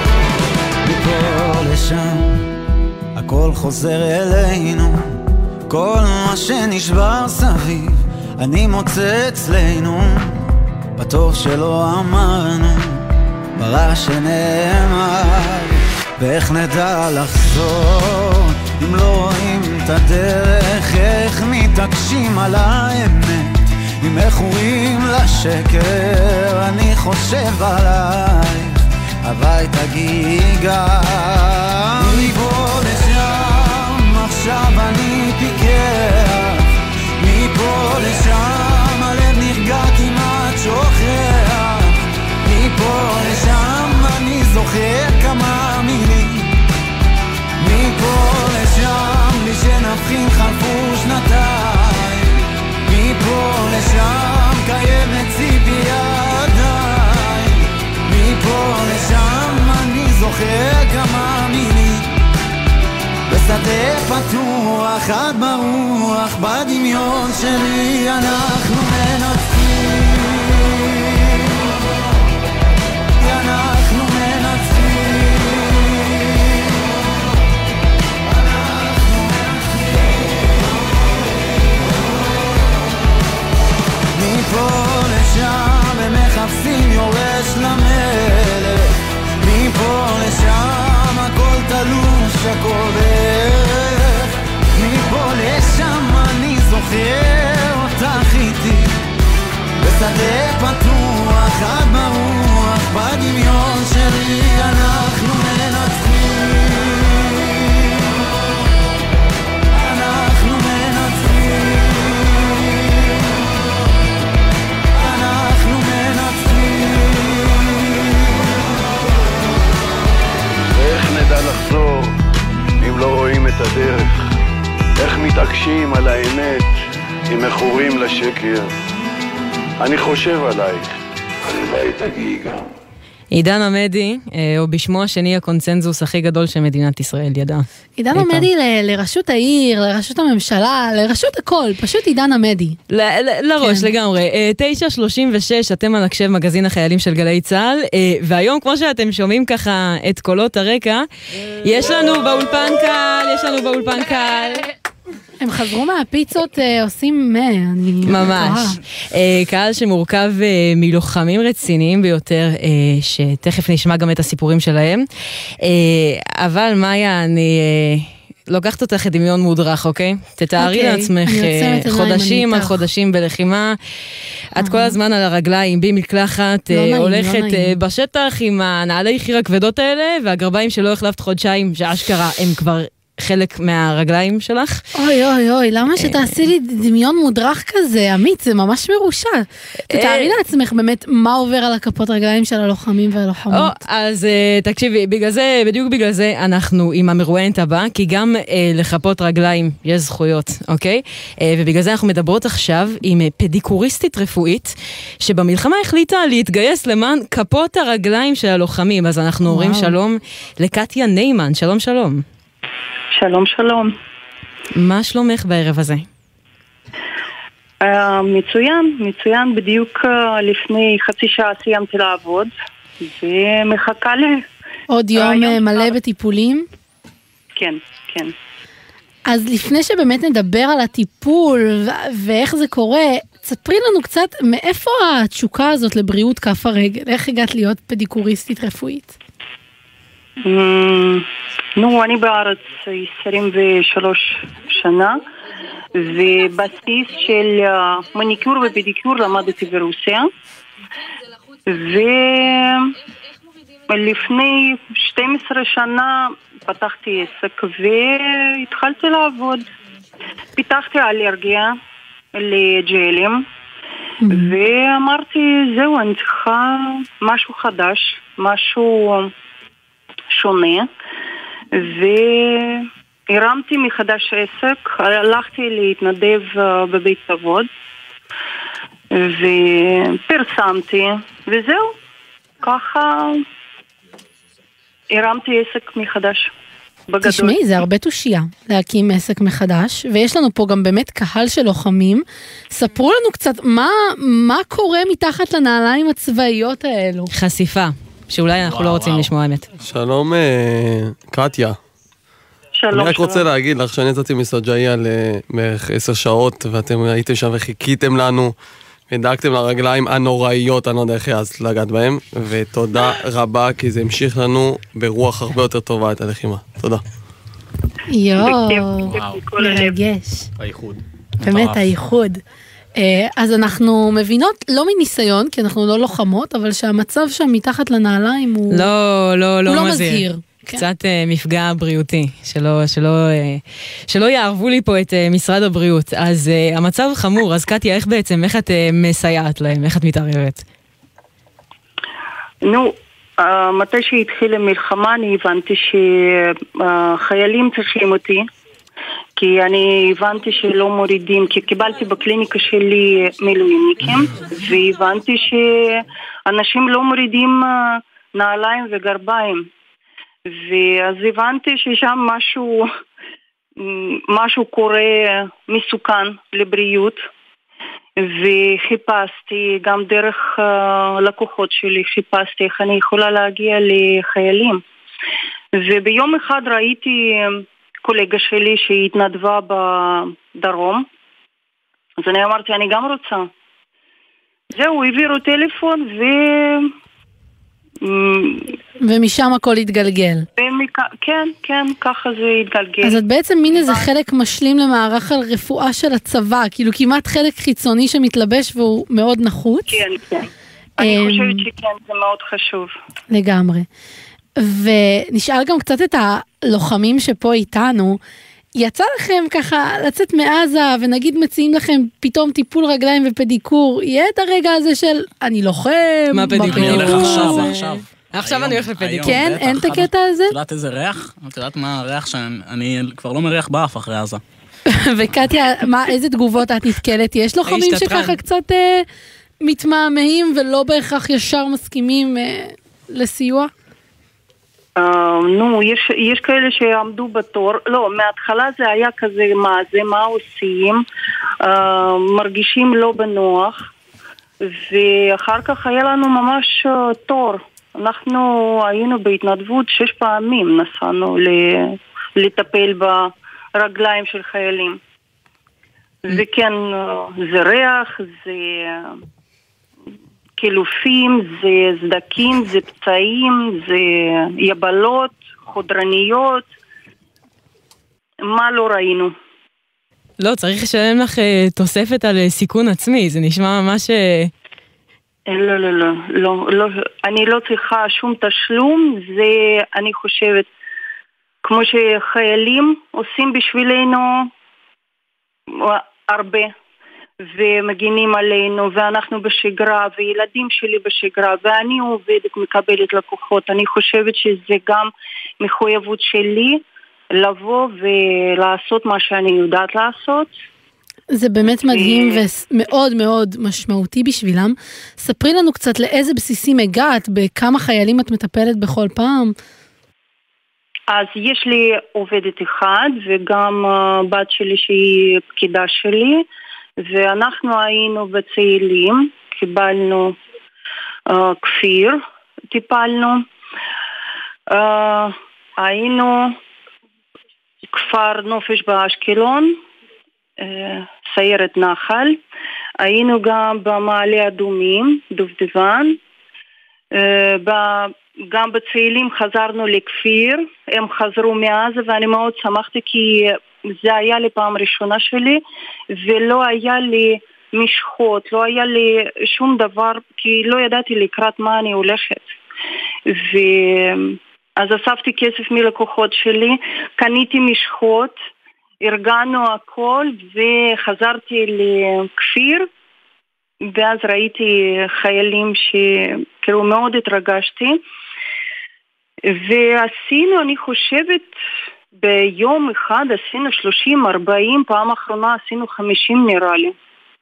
מפה לשם הכל חוזר אלינו, כל מה שנשבר סביב אני מוצא אצלנו, בטוב שלא אמרנו, ברע שנאמר. ואיך נדע לחזור אם לא רואים את הדרך? איך מתעקשים על האמת אם מכורים לשקר? אני חושב עלייך, הביתה גיגה מפה לשם, עכשיו אני פיקח מפה לשם, הלב נרגע כמעט שוכח. מפה לשם אני זוכר כמה מילים, מפה לשם בלי שנבחין חלפו שנתיים. מפה לשם קיימת ציפייה עדיין, מפה לשם אני זוכר כמה מילים. בשדה פתוח עד ברוח בדמיון שלי אנחנו מנצחים, אנחנו מנצחים, אנחנו מנצחים. מפה לשם הם מחפשים יורש למלך, מפה לשם הכל תלוש הכל בערך. מפה לשם אני זוכר אותך איתי בשדה פתוח עד ברוח בדמיון שלי אנחנו מנצחים, אנחנו מנצחים, אנחנו מנצחים. איך נדע לחזור אם לא רואים את הדרך? איך מתעקשים על האמת אם מכורים לשקר? אני חושב עלייך, הלוואי תגיגה. עידן עמדי, או בשמו השני הקונצנזוס הכי גדול של מדינת ישראל, ידע. עידן עמדי לראשות העיר, לראשות הממשלה, לראשות הכל, פשוט עידן עמדי. לראש לגמרי. 9:36, אתם על הקשב מגזין החיילים של גלי צהל, והיום כמו שאתם שומעים ככה את קולות הרקע, יש לנו באולפן קהל, הם חזרו מהפיצות, עושים ממש. קהל שמורכב מלוחמים רציניים ביותר, שתכף נשמע גם את הסיפורים שלהם. אבל מאיה, אני לוקחת אותך דמיון מודרך, אוקיי? תתארי לעצמך חודשים על חודשים בלחימה. את כל הזמן על הרגליים, בי מקלחת, הולכת בשטח עם הנעלי חיר הכבדות האלה, והגרביים שלא החלפת חודשיים, שאשכרה הם כבר חלק מהרגליים שלך. אוי, למה שתעשי לי דמיון מודרך כזה? עמית, זה ממש מרושע. תתארי לעצמך באמת מה עובר על הכפות רגליים של הלוחמים והלוחמות. אז תקשיבי, בדיוק בגלל זה אנחנו עם המרואיינת הבא, כי גם לכפות רגליים יש זכויות, אוקיי? ובגלל זה אנחנו מדברות עכשיו עם פדיקוריסטית רפואית, שבמלחמה החליטה להתגייס למען כפות הרגליים של הלוחמים. אז אנחנו אומרים שלום לקטיה ניימן. שלום, שלום. שלום, שלום. מה שלומך בערב הזה? מצוין. בדיוק לפני חצי שעה סיימתי לעבוד, ומחכה לי. עוד יום מלא בטיפולים? כן. אז לפני שבאמת נדבר על הטיפול ואיך זה קורה, תספרי לנו קצת מאיפה התשוקה הזאת לבריאות כף הרגל? איך הגעת להיות פדיקוריסטית רפואית? אני בארץ 23 שנה, ובסיס של מניקור ופדיקור למדתי ברוסיה, ולפני 12 שנה פתחתי עסק והתחלתי לעבוד. פיתחתי אלרגיה לג'לים, ואמרתי זהו, אני צריכה משהו חדש, משהו שונה, והרמתי מחדש עסק, הלכתי להתנדב בבית אבות, ופרסמתי, וזהו, ככה הרמתי עסק מחדש. בגדול. תשמעי, זה הרבה תושייה להקים עסק מחדש, ויש לנו פה גם באמת קהל של לוחמים. ספרו לנו קצת מה קורה מתחת לנעליים הצבאיות האלו. חשיפה. שאולי אנחנו לא רוצים לשמוע אמת. שלום, קטיה. שלום. אני רק רוצה להגיד לך שאני יצאתי מסג'איה למערך 10 שעות, ואתם הייתם שם וחיכיתם לנו, ודאגתם לרגליים הנוראיות, אני לא יודע איך אז לגעת בהם, ותודה רבה, כי זה המשיך לנו ברוח הרבה יותר טובה את הלחימה. תודה. מרגש. הייחוד. באמת הייחוד. אז אנחנו מבינות, לא מניסיון, כי אנחנו לא לוחמות, אבל שהמצב שם מתחת לנעליים הוא לא מזהיר. קצת מפגע בריאותי, שלא יערבו לי פה את משרד הבריאות. אז המצב חמור, אז קטיה, איך את מסייעת להם? איך את מתערבת? מתי שהתחילה המלחמה אני הבנתי שחיילים צריכים אותי, כי אני הבנתי שלא מורידים, כי קיבלתי בקליניקה שלי מילואימניקים, והבנתי שאנשים לא מורידים נעליים וגרביים, ואז הבנתי ששם משהו קורה מסוכן לבריאות, וחיפשתי גם דרך לקוחות שלי, חיפשתי איך אני יכולה להגיע לחיילים, וביום אחד ראיתי קולגה שלי שהתנדבה בדרום, אז אני אמרתי, אני גם רוצה. זהו, העבירו טלפון ומשם הכל התגלגל. כן, ככה זה התגלגל. אז את בעצם מין איזה חלק משלים למערך הרפואה של הצבא, כאילו כמעט חלק חיצוני שמתלבש והוא מאוד נחוץ. כן. אני חושבת שכן, זה מאוד חשוב. לגמרי. ונשאל גם קצת את הלוחמים שפה איתנו, יצא לכם ככה לצאת מעזה ונגיד מציעים לכם פתאום טיפול רגליים ופדיקור, יהיה את הרגע הזה של אני לוחם, מה פדיקור? אני הולך עכשיו אני הולך לפדיקור. כן, אין את הקטע הזה? את יודעת איזה ריח? את יודעת מה הריח שאני כבר לא מריח באף אחרי עזה. וקטיה, איזה תגובות את נתקלת? יש לוחמים שככה קצת מתמהמהים ולא בהכרח ישר מסכימים לסיוע? יש כאלה שעמדו בתור, לא, מההתחלה זה היה כזה, מה עושים, מרגישים לא בנוח, ואחר כך היה לנו ממש תור. אנחנו היינו בהתנדבות 6 פעמים, נסענו לטפל ברגליים של חיילים. וכן, זה ריח, זה קילופים, זה סדקים, זה פצעים, זה יבלות, חודרניות, מה לא ראינו. לא, צריך לשלם לך תוספת על סיכון עצמי, זה נשמע ממש... לא, אני לא צריכה שום תשלום, זה אני חושבת, כמו שחיילים עושים בשבילנו הרבה. ומגינים עלינו, ואנחנו בשגרה, וילדים שלי בשגרה, ואני עובדת, מקבלת לקוחות. אני חושבת שזה גם מחויבות שלי לבוא ולעשות מה שאני יודעת לעשות. זה באמת מדהים ומאוד מאוד משמעותי בשבילם. ספרי לנו קצת לאיזה בסיסים הגעת, בכמה חיילים את מטפלת בכל פעם? אז יש לי עובדת אחד, וגם בת שלי שהיא פקידה שלי, ואנחנו היינו בצאלים, קיבלנו כפיר, טיפלנו, היינו כפר נופש באשקלון, סיירת נחל, היינו גם במעלה אדומים, דובדבן, גם בצאלים חזרנו לכפיר, הם חזרו מעזה ואני מאוד שמחתי כי זה היה לי פעם ראשונה שלי ולא היה לי משחות, לא היה לי שום דבר כי לא ידעתי לקראת מה אני הולכת. אז אספתי כסף מלקוחות שלי, קניתי משחות, ארגנו הכל וחזרתי לכפיר ואז ראיתי חיילים שכאילו מאוד התרגשתי ועשינו, אני חושבת ביום אחד עשינו 30-40, פעם אחרונה עשינו 50 נראה לי.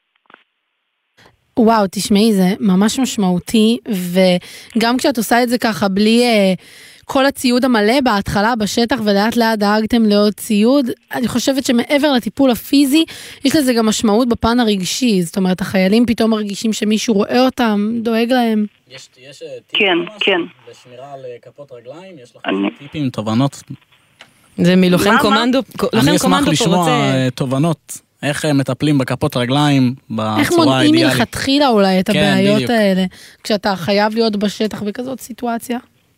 וואו, תשמעי, זה ממש משמעותי, וגם כשאת עושה את זה ככה בלי כל הציוד המלא בהתחלה בשטח ולאט לאט דאגתם לעוד ציוד, אני חושבת שמעבר לטיפול הפיזי, יש לזה גם משמעות בפן הרגשי, זאת אומרת, החיילים פתאום מרגישים שמישהו רואה אותם, דואג להם. יש כן, כן. בשמירה על כפות רגליים, יש לך טיפים, תובנות? זה מלוחם קומנדו, אני אשמח לשמוע תובנות, איך מטפלים בכפות רגליים בצורה איך האידיאלית. מונעים מלכתחילה אולי את כן, הבעיות בדיוק. האלה, כשאתה חייב להיות בשטח בכזאת סיטואציה?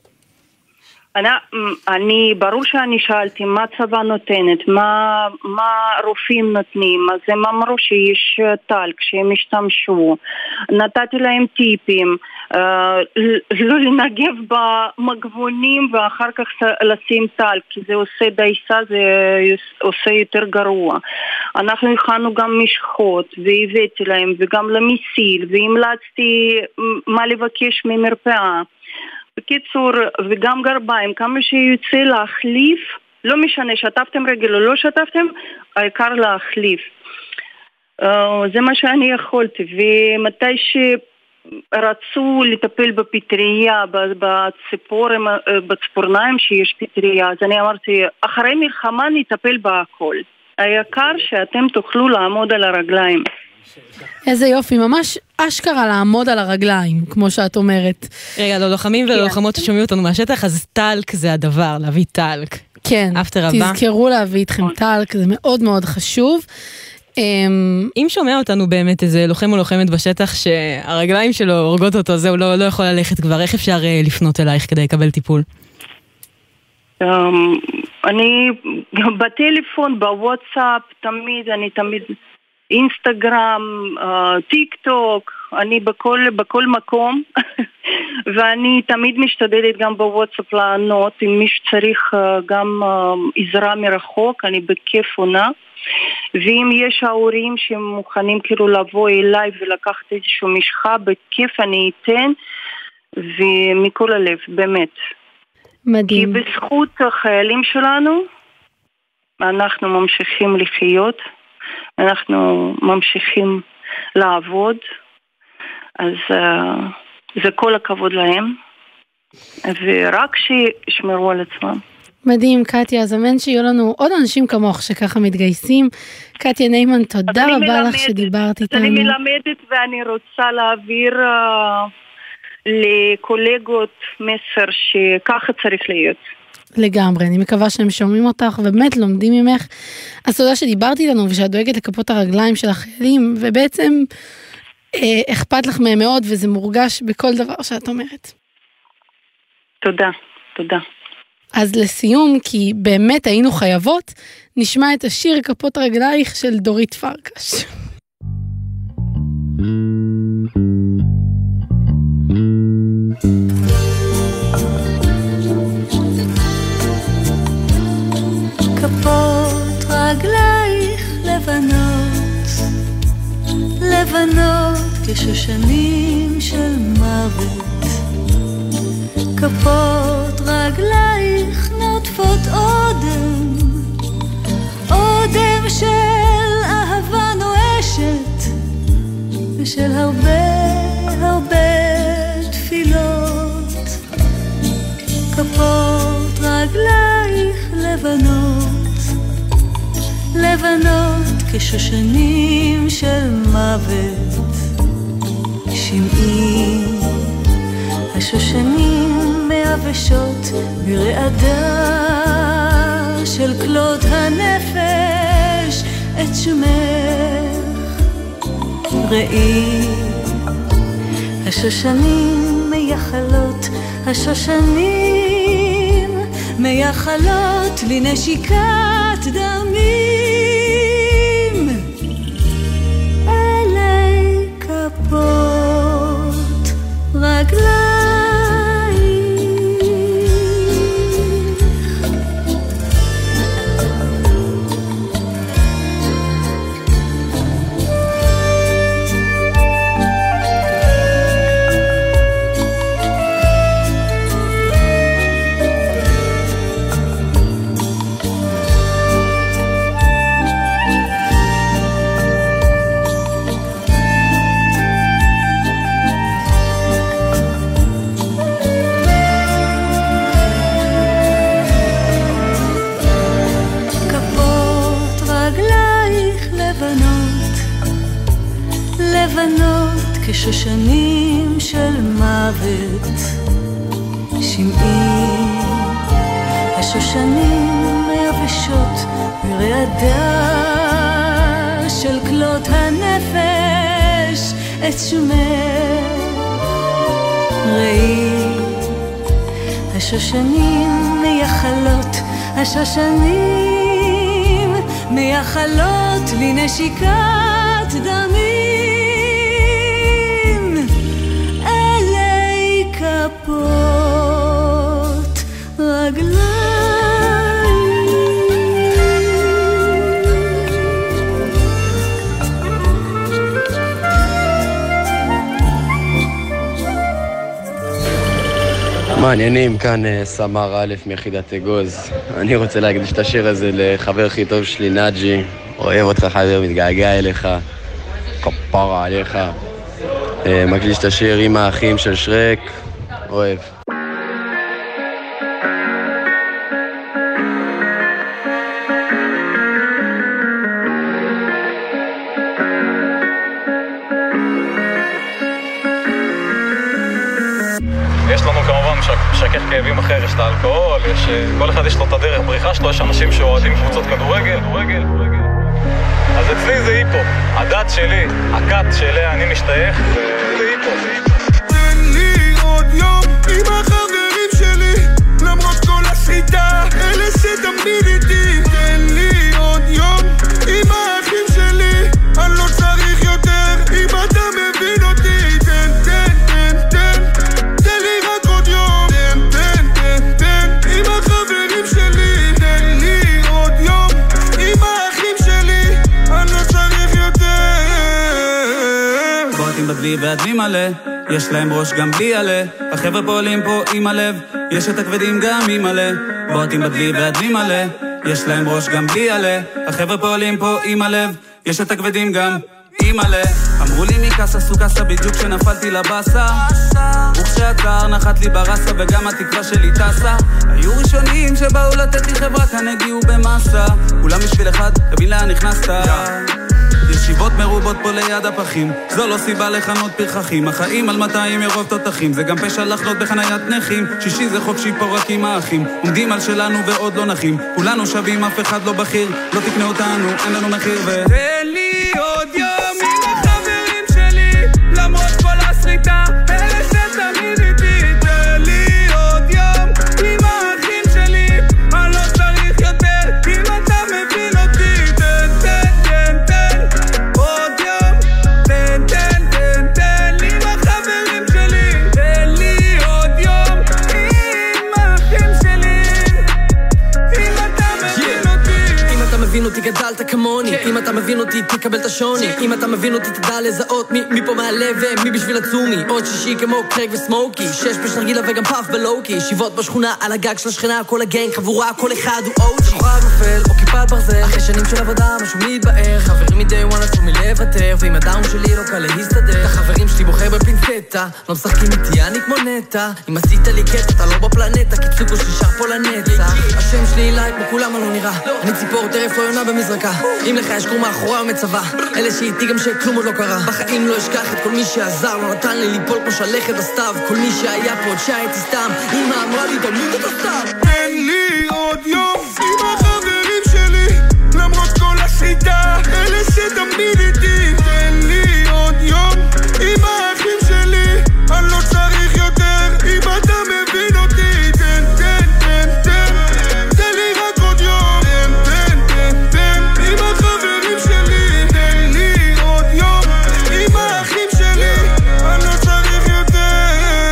אני, ברור שאני שאלתי מה צבא נותנת, מה רופאים נותנים, אז הם אמרו שיש טלק שהם השתמשו, נתתי להם טיפים, לא לנגב במגבונים ואחר כך לשים טלק, כי זה עושה דייסה, זה עושה יותר גרוע. אנחנו הכנו גם משחות והבאתי להם וגם למיסיל, והמלצתי מה לבקש ממרפאה. בקיצור, וגם גרביים, כמה שיוצא להחליף, לא משנה, שטפתם רגל או לא שטפתם, העיקר להחליף. זה מה שאני יכולתי, ומתי שרצו לטפל בפטריה, בציפורניים שיש פטריה, אז אני אמרתי, אחרי מלחמה נטפל בהכל. העיקר שאתם תוכלו לעמוד על הרגליים. איזה יופי, ממש אשכרה לעמוד על הרגליים, כמו שאת אומרת. רגע, ללוחמים וללוחמות ששומעים אותנו מהשטח, אז טלק זה הדבר, להביא טלק. כן, תזכרו להביא איתכם טלק, זה מאוד מאוד חשוב. אם שומע אותנו באמת איזה לוחם או לוחמת בשטח שהרגליים שלו הורגות אותו, זהו, לא יכול ללכת כבר, איך אפשר לפנות אלייך כדי לקבל טיפול? אני בטלפון, בוואטסאפ, תמיד אינסטגרם, טיק טוק, אני בכל מקום ואני תמיד משתדלת גם בוואטסאפ לענות אם מי שצריך גם עזרה מרחוק, אני בכיף עונה, ואם יש ההורים שמוכנים כאילו לבוא אליי ולקחת איזשהו משחה, בכיף אני אתן ומכל הלב, באמת. מדהים. כי בזכות החיילים שלנו אנחנו ממשיכים לחיות, אנחנו ממשיכים לעבוד, אז זה כל הכבוד להם, ורק שישמרו על עצמם. מדהים, קטיה, אז אמן שיהיו לנו עוד אנשים כמוך שככה מתגייסים. קטיה ניימן, תודה רבה לך שדיברת איתנו. אני מלמדת ואני רוצה להעביר לקולגות מסר שככה צריך להיות. לגמרי, אני מקווה שהם שומעים אותך ובאמת לומדים ממך. אז תודה שדיברת איתנו ושאת דואגת לכפות הרגליים של החיילים, ובעצם אכפת לך מהם מאוד וזה מורגש בכל דבר שאת אומרת. תודה. אז לסיום, כי באמת היינו חייבות, נשמע את השיר כפות רגלייך של דורית פרקש. כפות רגלייך לבנות, לבנות כשושנים של מוות. כפות רגלייך נוטפות אודם, אודם של אהבה נואשת ושל הרבה תפילות. כפות רגלייך לבנות, לבנות כשושנים של מוות. שמעי השושנים מהבשות ברעדה של כלות הנפש את שמך. ראי השושנים מייחלות, השושנים מייחלות לנשיקת דמים. אלי כפות רגליים, לבנות כשושנים של מוות. שמעי השושנים היבשות ברעדה של כלות הנפש את שומר ראי השושנים מייחלות השושנים מייחלות לי נשיקת דמים אלי כפות רגליים מעניינים, כאן סמר א' מיחידת אגוז. אני רוצה להקדיש את השיר הזה לחבר הכי טוב שלי, נאג'י. אוהב אותך חבר, מתגעגע אליך, כפרה עליך. מקדיש את השיר עם האחים של שרק, אוהב. יש לנו כמובן משכך כאבים אחר, יש את האלכוהול, כל אחד יש לו את הדרך בריחה שלו, יש אנשים שאוהדים קבוצות כדורגל. אז אצלי זה היפ-הופ, הדת שלי, הכת שאליה אני משתייך, זה היפ-הופ. תן לי עוד יום עם החברים שלי, למרות כל הסחיטה, אלה שתמיד איתי. תן לי עוד יום עם האחים שלי, אני לא צריך יותר אם אתה מבין אותי. תן לי רק עוד יום, תן עם החברים שלי. תן לי עוד יום עם האחים שלי, אני לא צריך יותר. בועטים בדלי והדלי מלא, יש להם ראש גם בלי עלה. החבר'ה פועלים פה עם הלב, יש את הכבדים גם עם עלה. בועטים בדלי והדלי מלא, יש להם ראש גם בלי עלה. החבר'ה פועלים פה עם הלב, יש את הכבדים גם עם עלה. אמרו לי מקסה סוקסה בדיוק שנפלתי לבסה, וכשהצער נחת לי ברסה וגם התקווה שלי טסה. היו ראשונים שבאו לתת לי חברה, כאן הגיעו במסה, כולם בשביל אחד, תבין לאן נכנסת. ישיבות מרובות פה ליד הפחים, זו לא סיבה לכנות פרחחים. החיים על 200 ירוב תותחים, זה גם פשע לחנות בחניית נכים. שישי זה חופשי פה רק עם האחים, עומדים על שלנו ועוד לא נחים. כולנו שווים, אף אחד לא בכיר, לא תקנה אותנו, אין לנו מחיר. תן לי עוד יום עם החברים שלי, למרות כל הסריטה, אלה שתמיד איתי. תן לי עוד יום עם האחים שלי, אני לא צריך יותר אם אתה מבין אותי. תן עוד יום, תן לי עם החברים שלי. תן לי עוד יום עם האחים שלי, אם אתה מבין אותי. אם אתה מבין אותי גדלת כמוני, אם אתה מבין אותי תקבל את השוני, אם אתה מבין אותי תדע לזהות מי פה מהלב ומי בשביל עצומי. עוד שישי כמו קרק וסמוקי, 6 בשנרגילה וגם פאף בלוקי. ישיבות בשכונה על הגג של השכנה, כל הגנג חבורה, כל אחד הוא אוג'י. כוכב נופל או כיפת ברזל, אחרי שנים של עבודה משהו מתבאר. חברים מדי וואן עצרו מלוותר, ועם הדאון שלי לא קל להסתדר. את החברים שלי בוחר בפינצטה, לא משחקים איתי אני כמו נטה. אם עשית לי קטע אתה לא בפלנטה, כי צוקו שנשאר פה לנצח. השם שלי אליי כמו כולם אני לא נראה, אני ציפור טרף לא יונה במזרקה. אם לך יש קור מאחורי ומצבה, אלה שאיתי גם שכלום עוד לא קרה. בחיים לא אשכח את כל מי שעזר, לא נתן לי ליפול כמו שלכת בסתיו. כל מי שהיה פה עוד שהייתי סתם, אמא אמרה לי תמיד אתה סתם. תן לי עוד יום עם החברים שלי, למרות כל הסחיטה, אלה שתמיד איתי. תן לי עוד יום עם האחים שלי, אני לא צריך יותר אם אתה מבין אותי. תן לי רק עוד יום, תן עם החברים שלי. תן לי עוד יום עם האחים שלי, אני לא צריך יותר.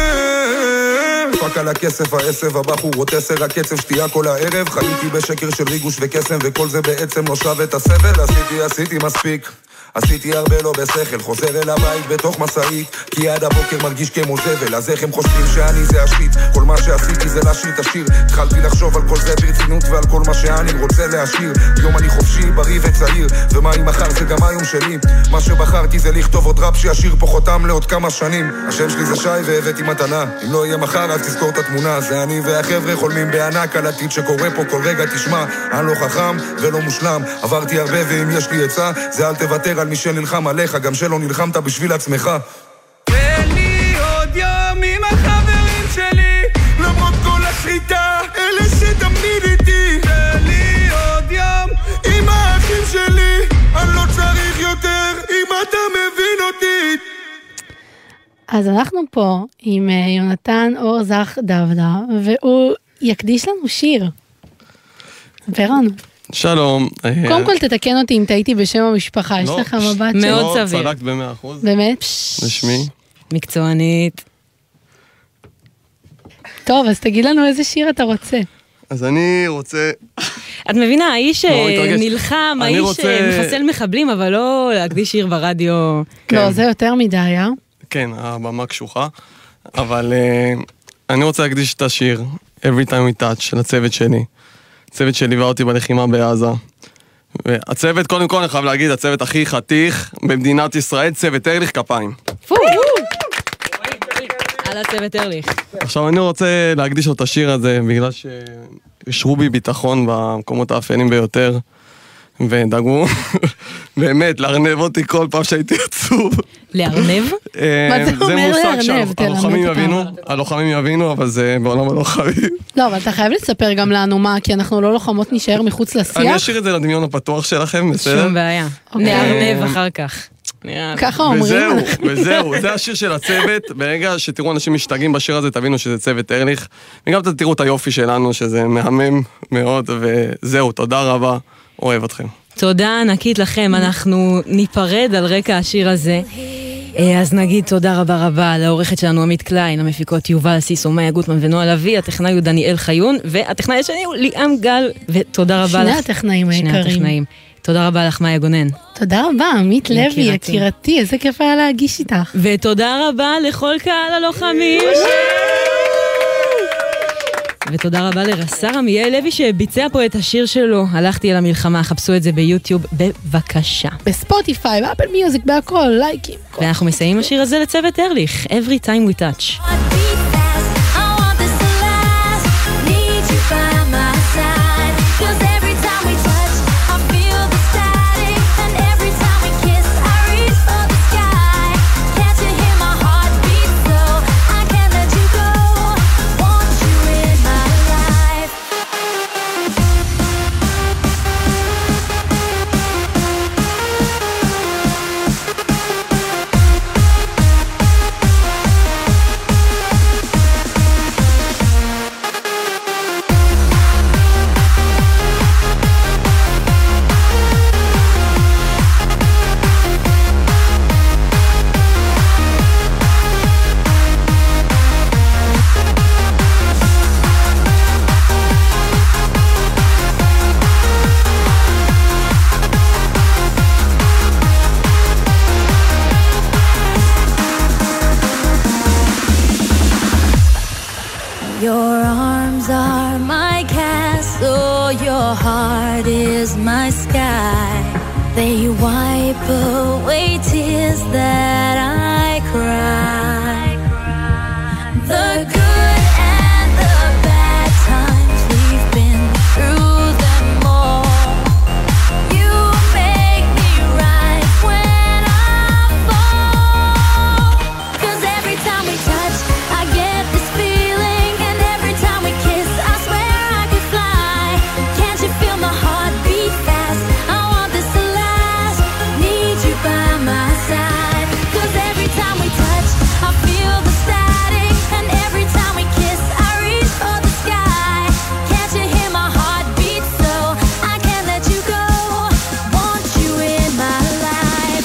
פק על הכסף, העשב, הבחור רוט 10, הקצב שתייה כל הערב. חייתי בשקר של ריגוש וקסם, וכל זה בעצם לא שווה את הסבל. עשיתי מספיק, עשיתי הרבה לא בשכל, חוזר אל הבית בתוך מסעית, כי עד הבוקר מרגיש כמו זבל. אז איך הם חושבים שאני זה השיט? כל מה שעשיתי זה להשאיר את השיר. התחלתי לחשוב על כל זה ברצינות ועל כל מה שאני רוצה להשאיר. היום אני חופשי, בריא וצעיר, ומה אם מחר זה גם היום שלי. מה שבחרתי זה לכתוב עוד ראפ שישאיר פה חותם לעוד כמה שנים. השם שלי זה שי והבאתי מתנה, אם לא יהיה מחר אז תזכור את התמונה. זה אני והחבר'ה חולמים בענק על עתיד שקורה פה כל רגע. תשמע, אני לא חכם ולא מושלם, עברתי הרבה ואם יש לי עצה זה אל תוותר על מי שנלחם עליך, גם שלא נלחמת בשביל עצמך. תן לי עוד יום עם החברים שלי, למרות כל הסריטה, אלה שתמיד איתי. תן לי עוד יום עם האחים שלי, אני לא צריך יותר אם אתה מבין אותי. אז אנחנו פה עם יונתן אור זך דבדה, והוא יקדיש לנו שיר. ספר לנו. שלום. קודם כל תתקן אותי אם טעיתי בשם המשפחה, יש לך מבט של... מאוד סביר. צדקת ב100%. באמת? לשמי. מקצוענית. טוב, אז תגיד לנו איזה שיר אתה רוצה. אז אני רוצה... את מבינה, האיש נלחם, האיש מחסל מחבלים, אבל לא להקדיש שיר ברדיו. לא, זה יותר מדי, אה? כן, הבמה קשוחה. אבל אני רוצה להקדיש את השיר Every Time We Touch של הצוות שלי. הצוות שליווה אותי בלחימה בעזה. והצוות, קודם כל אני חייב להגיד, הצוות הכי חתיך במדינת ישראל, צוות ארליך כפיים. על הצוות ארליך. עכשיו אני רוצה להקדיש את השיר הזה, בגלל שישרו בי ביטחון במקומות האפלים ביותר, ודאגו באמת להרנב אותי כל פעם שהייתי עצוב. להרנב? מה זה אומר להרנב? הלוחמים יבינו, אבל זה בעולם הלוחמים. לא, אבל אתה חייב לספר גם לנו מה, כי אנחנו לא לוחמות נשאר מחוץ לשיח. אני אשאיר את זה לדמיון הפתוח שלכם, בסדר? שום בעיה. נערנב אחר כך. ככה אומרים. וזהו, זה השיר של הצוות. ברגע שתראו אנשים משתגעים בשיר הזה, תבינו שזה צוות ארליך. וגם תראו את היופי שלנו, שזה מהמם מאוד, וזהו, תודה רבה, אוהב אתכם. תודה ענקית לכם, אנחנו ניפרד על רקע השיר הזה. אז נגיד תודה רבה רבה לעורכת שלנו עמית קליין, המפיקות יובל סיסו, מאיה גוטמן ונועה לוי, הטכנאי הוא דניאל חיון, והטכנאי השני הוא ליאם גל, ותודה רבה לך. שני הטכנאים היקרים. תודה רבה לך מאיה גונן. תודה רבה, עמית לוי, יקירתי, איזה כיף היה להגיש איתך. ותודה רבה לכל קהל הלוחמים. ותודה רבה לרס"ר עמיאל לוי שביצע פה את השיר שלו, הלכתי אל המלחמה, חפשו את זה ביוטיוב בבקשה. בספוטיפיי, באפל מיוזיק, בהכל, לייקים. ואנחנו מסיימים השיר הזה לצוות ארליך, Every Time We Touch. They wipe away tears that I cry. The good and the bad times, we've been through them all. You make me right when I fall. 'Cause every time we touch, I get this feeling. And every time we kiss, I swear I could fly. Can't you feel my heart beat fast? I want this to last. Need you by my side. 'Cause every time we touch, I feel the static. And every time we kiss, I reach for the sky. Can't you hear my heart beat so? I can't let you go. Want you in my life.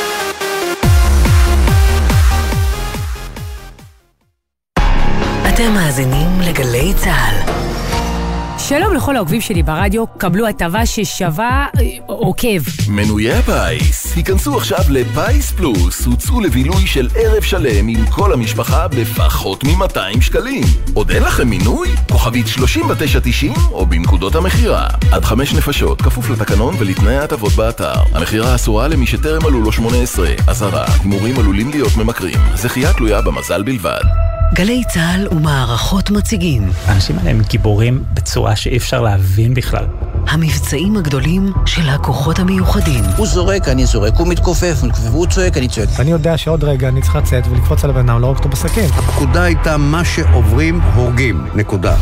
אתם מאזינים לגלי צהל. שלום לכל העוקבים שלי ברדיו, קבלו הטבה ששווה עוקב. מנויי הפיס, היכנסו עכשיו לפייס פלוס, הוצאו לבילוי של ערב שלם עם כל המשפחה בפחות מ-200 שקלים. עוד אין לכם מינוי? כוכבית 3990 או בנקודות המחירה. עד 5 נפשות, כפוף לתקנון ולתנאי ההטבות באתר. המחירה אסורה למי שטרם מלאו לו 18. אזהרה, הימורים עלולים להיות ממכרים. זכייה תלויה במזל בלבד. גלי צהל ומערכות מציגים. האנשים האלה הם גיבורים בצורה שאי אפשר להבין בכלל. המבצעים הגדולים של הכוחות המיוחדים. הוא זורק, אני זורק, הוא מתכופף, הוא צועק, אני צועק. אני יודע שעוד רגע אני צריך לצאת ולקפוץ על הבן אדם, לא רק אותו בסכין. הפקודה הייתה מה שעוברים הורגים, נקודה.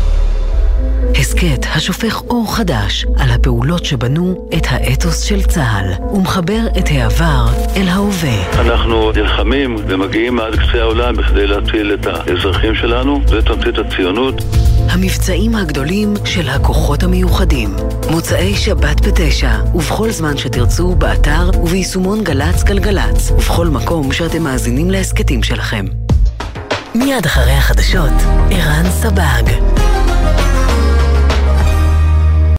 הסקט השופך אור חדש על הפעולות שבנו את האתוס של צה"ל ומחבר את העבר אל ההווה. אנחנו נלחמים ומגיעים עד קצה העולם בכדי להציל את האזרחים שלנו, זה תמצית הציונות. המבצעים הגדולים של הכוחות המיוחדים. מוצאי שבת ב9 ובכל זמן שתרצו באתר וביישומון גלץ גלגלץ ובכל מקום שאתם מאזינים להסקטים שלכם. מיד אחרי החדשות, ערן סבג.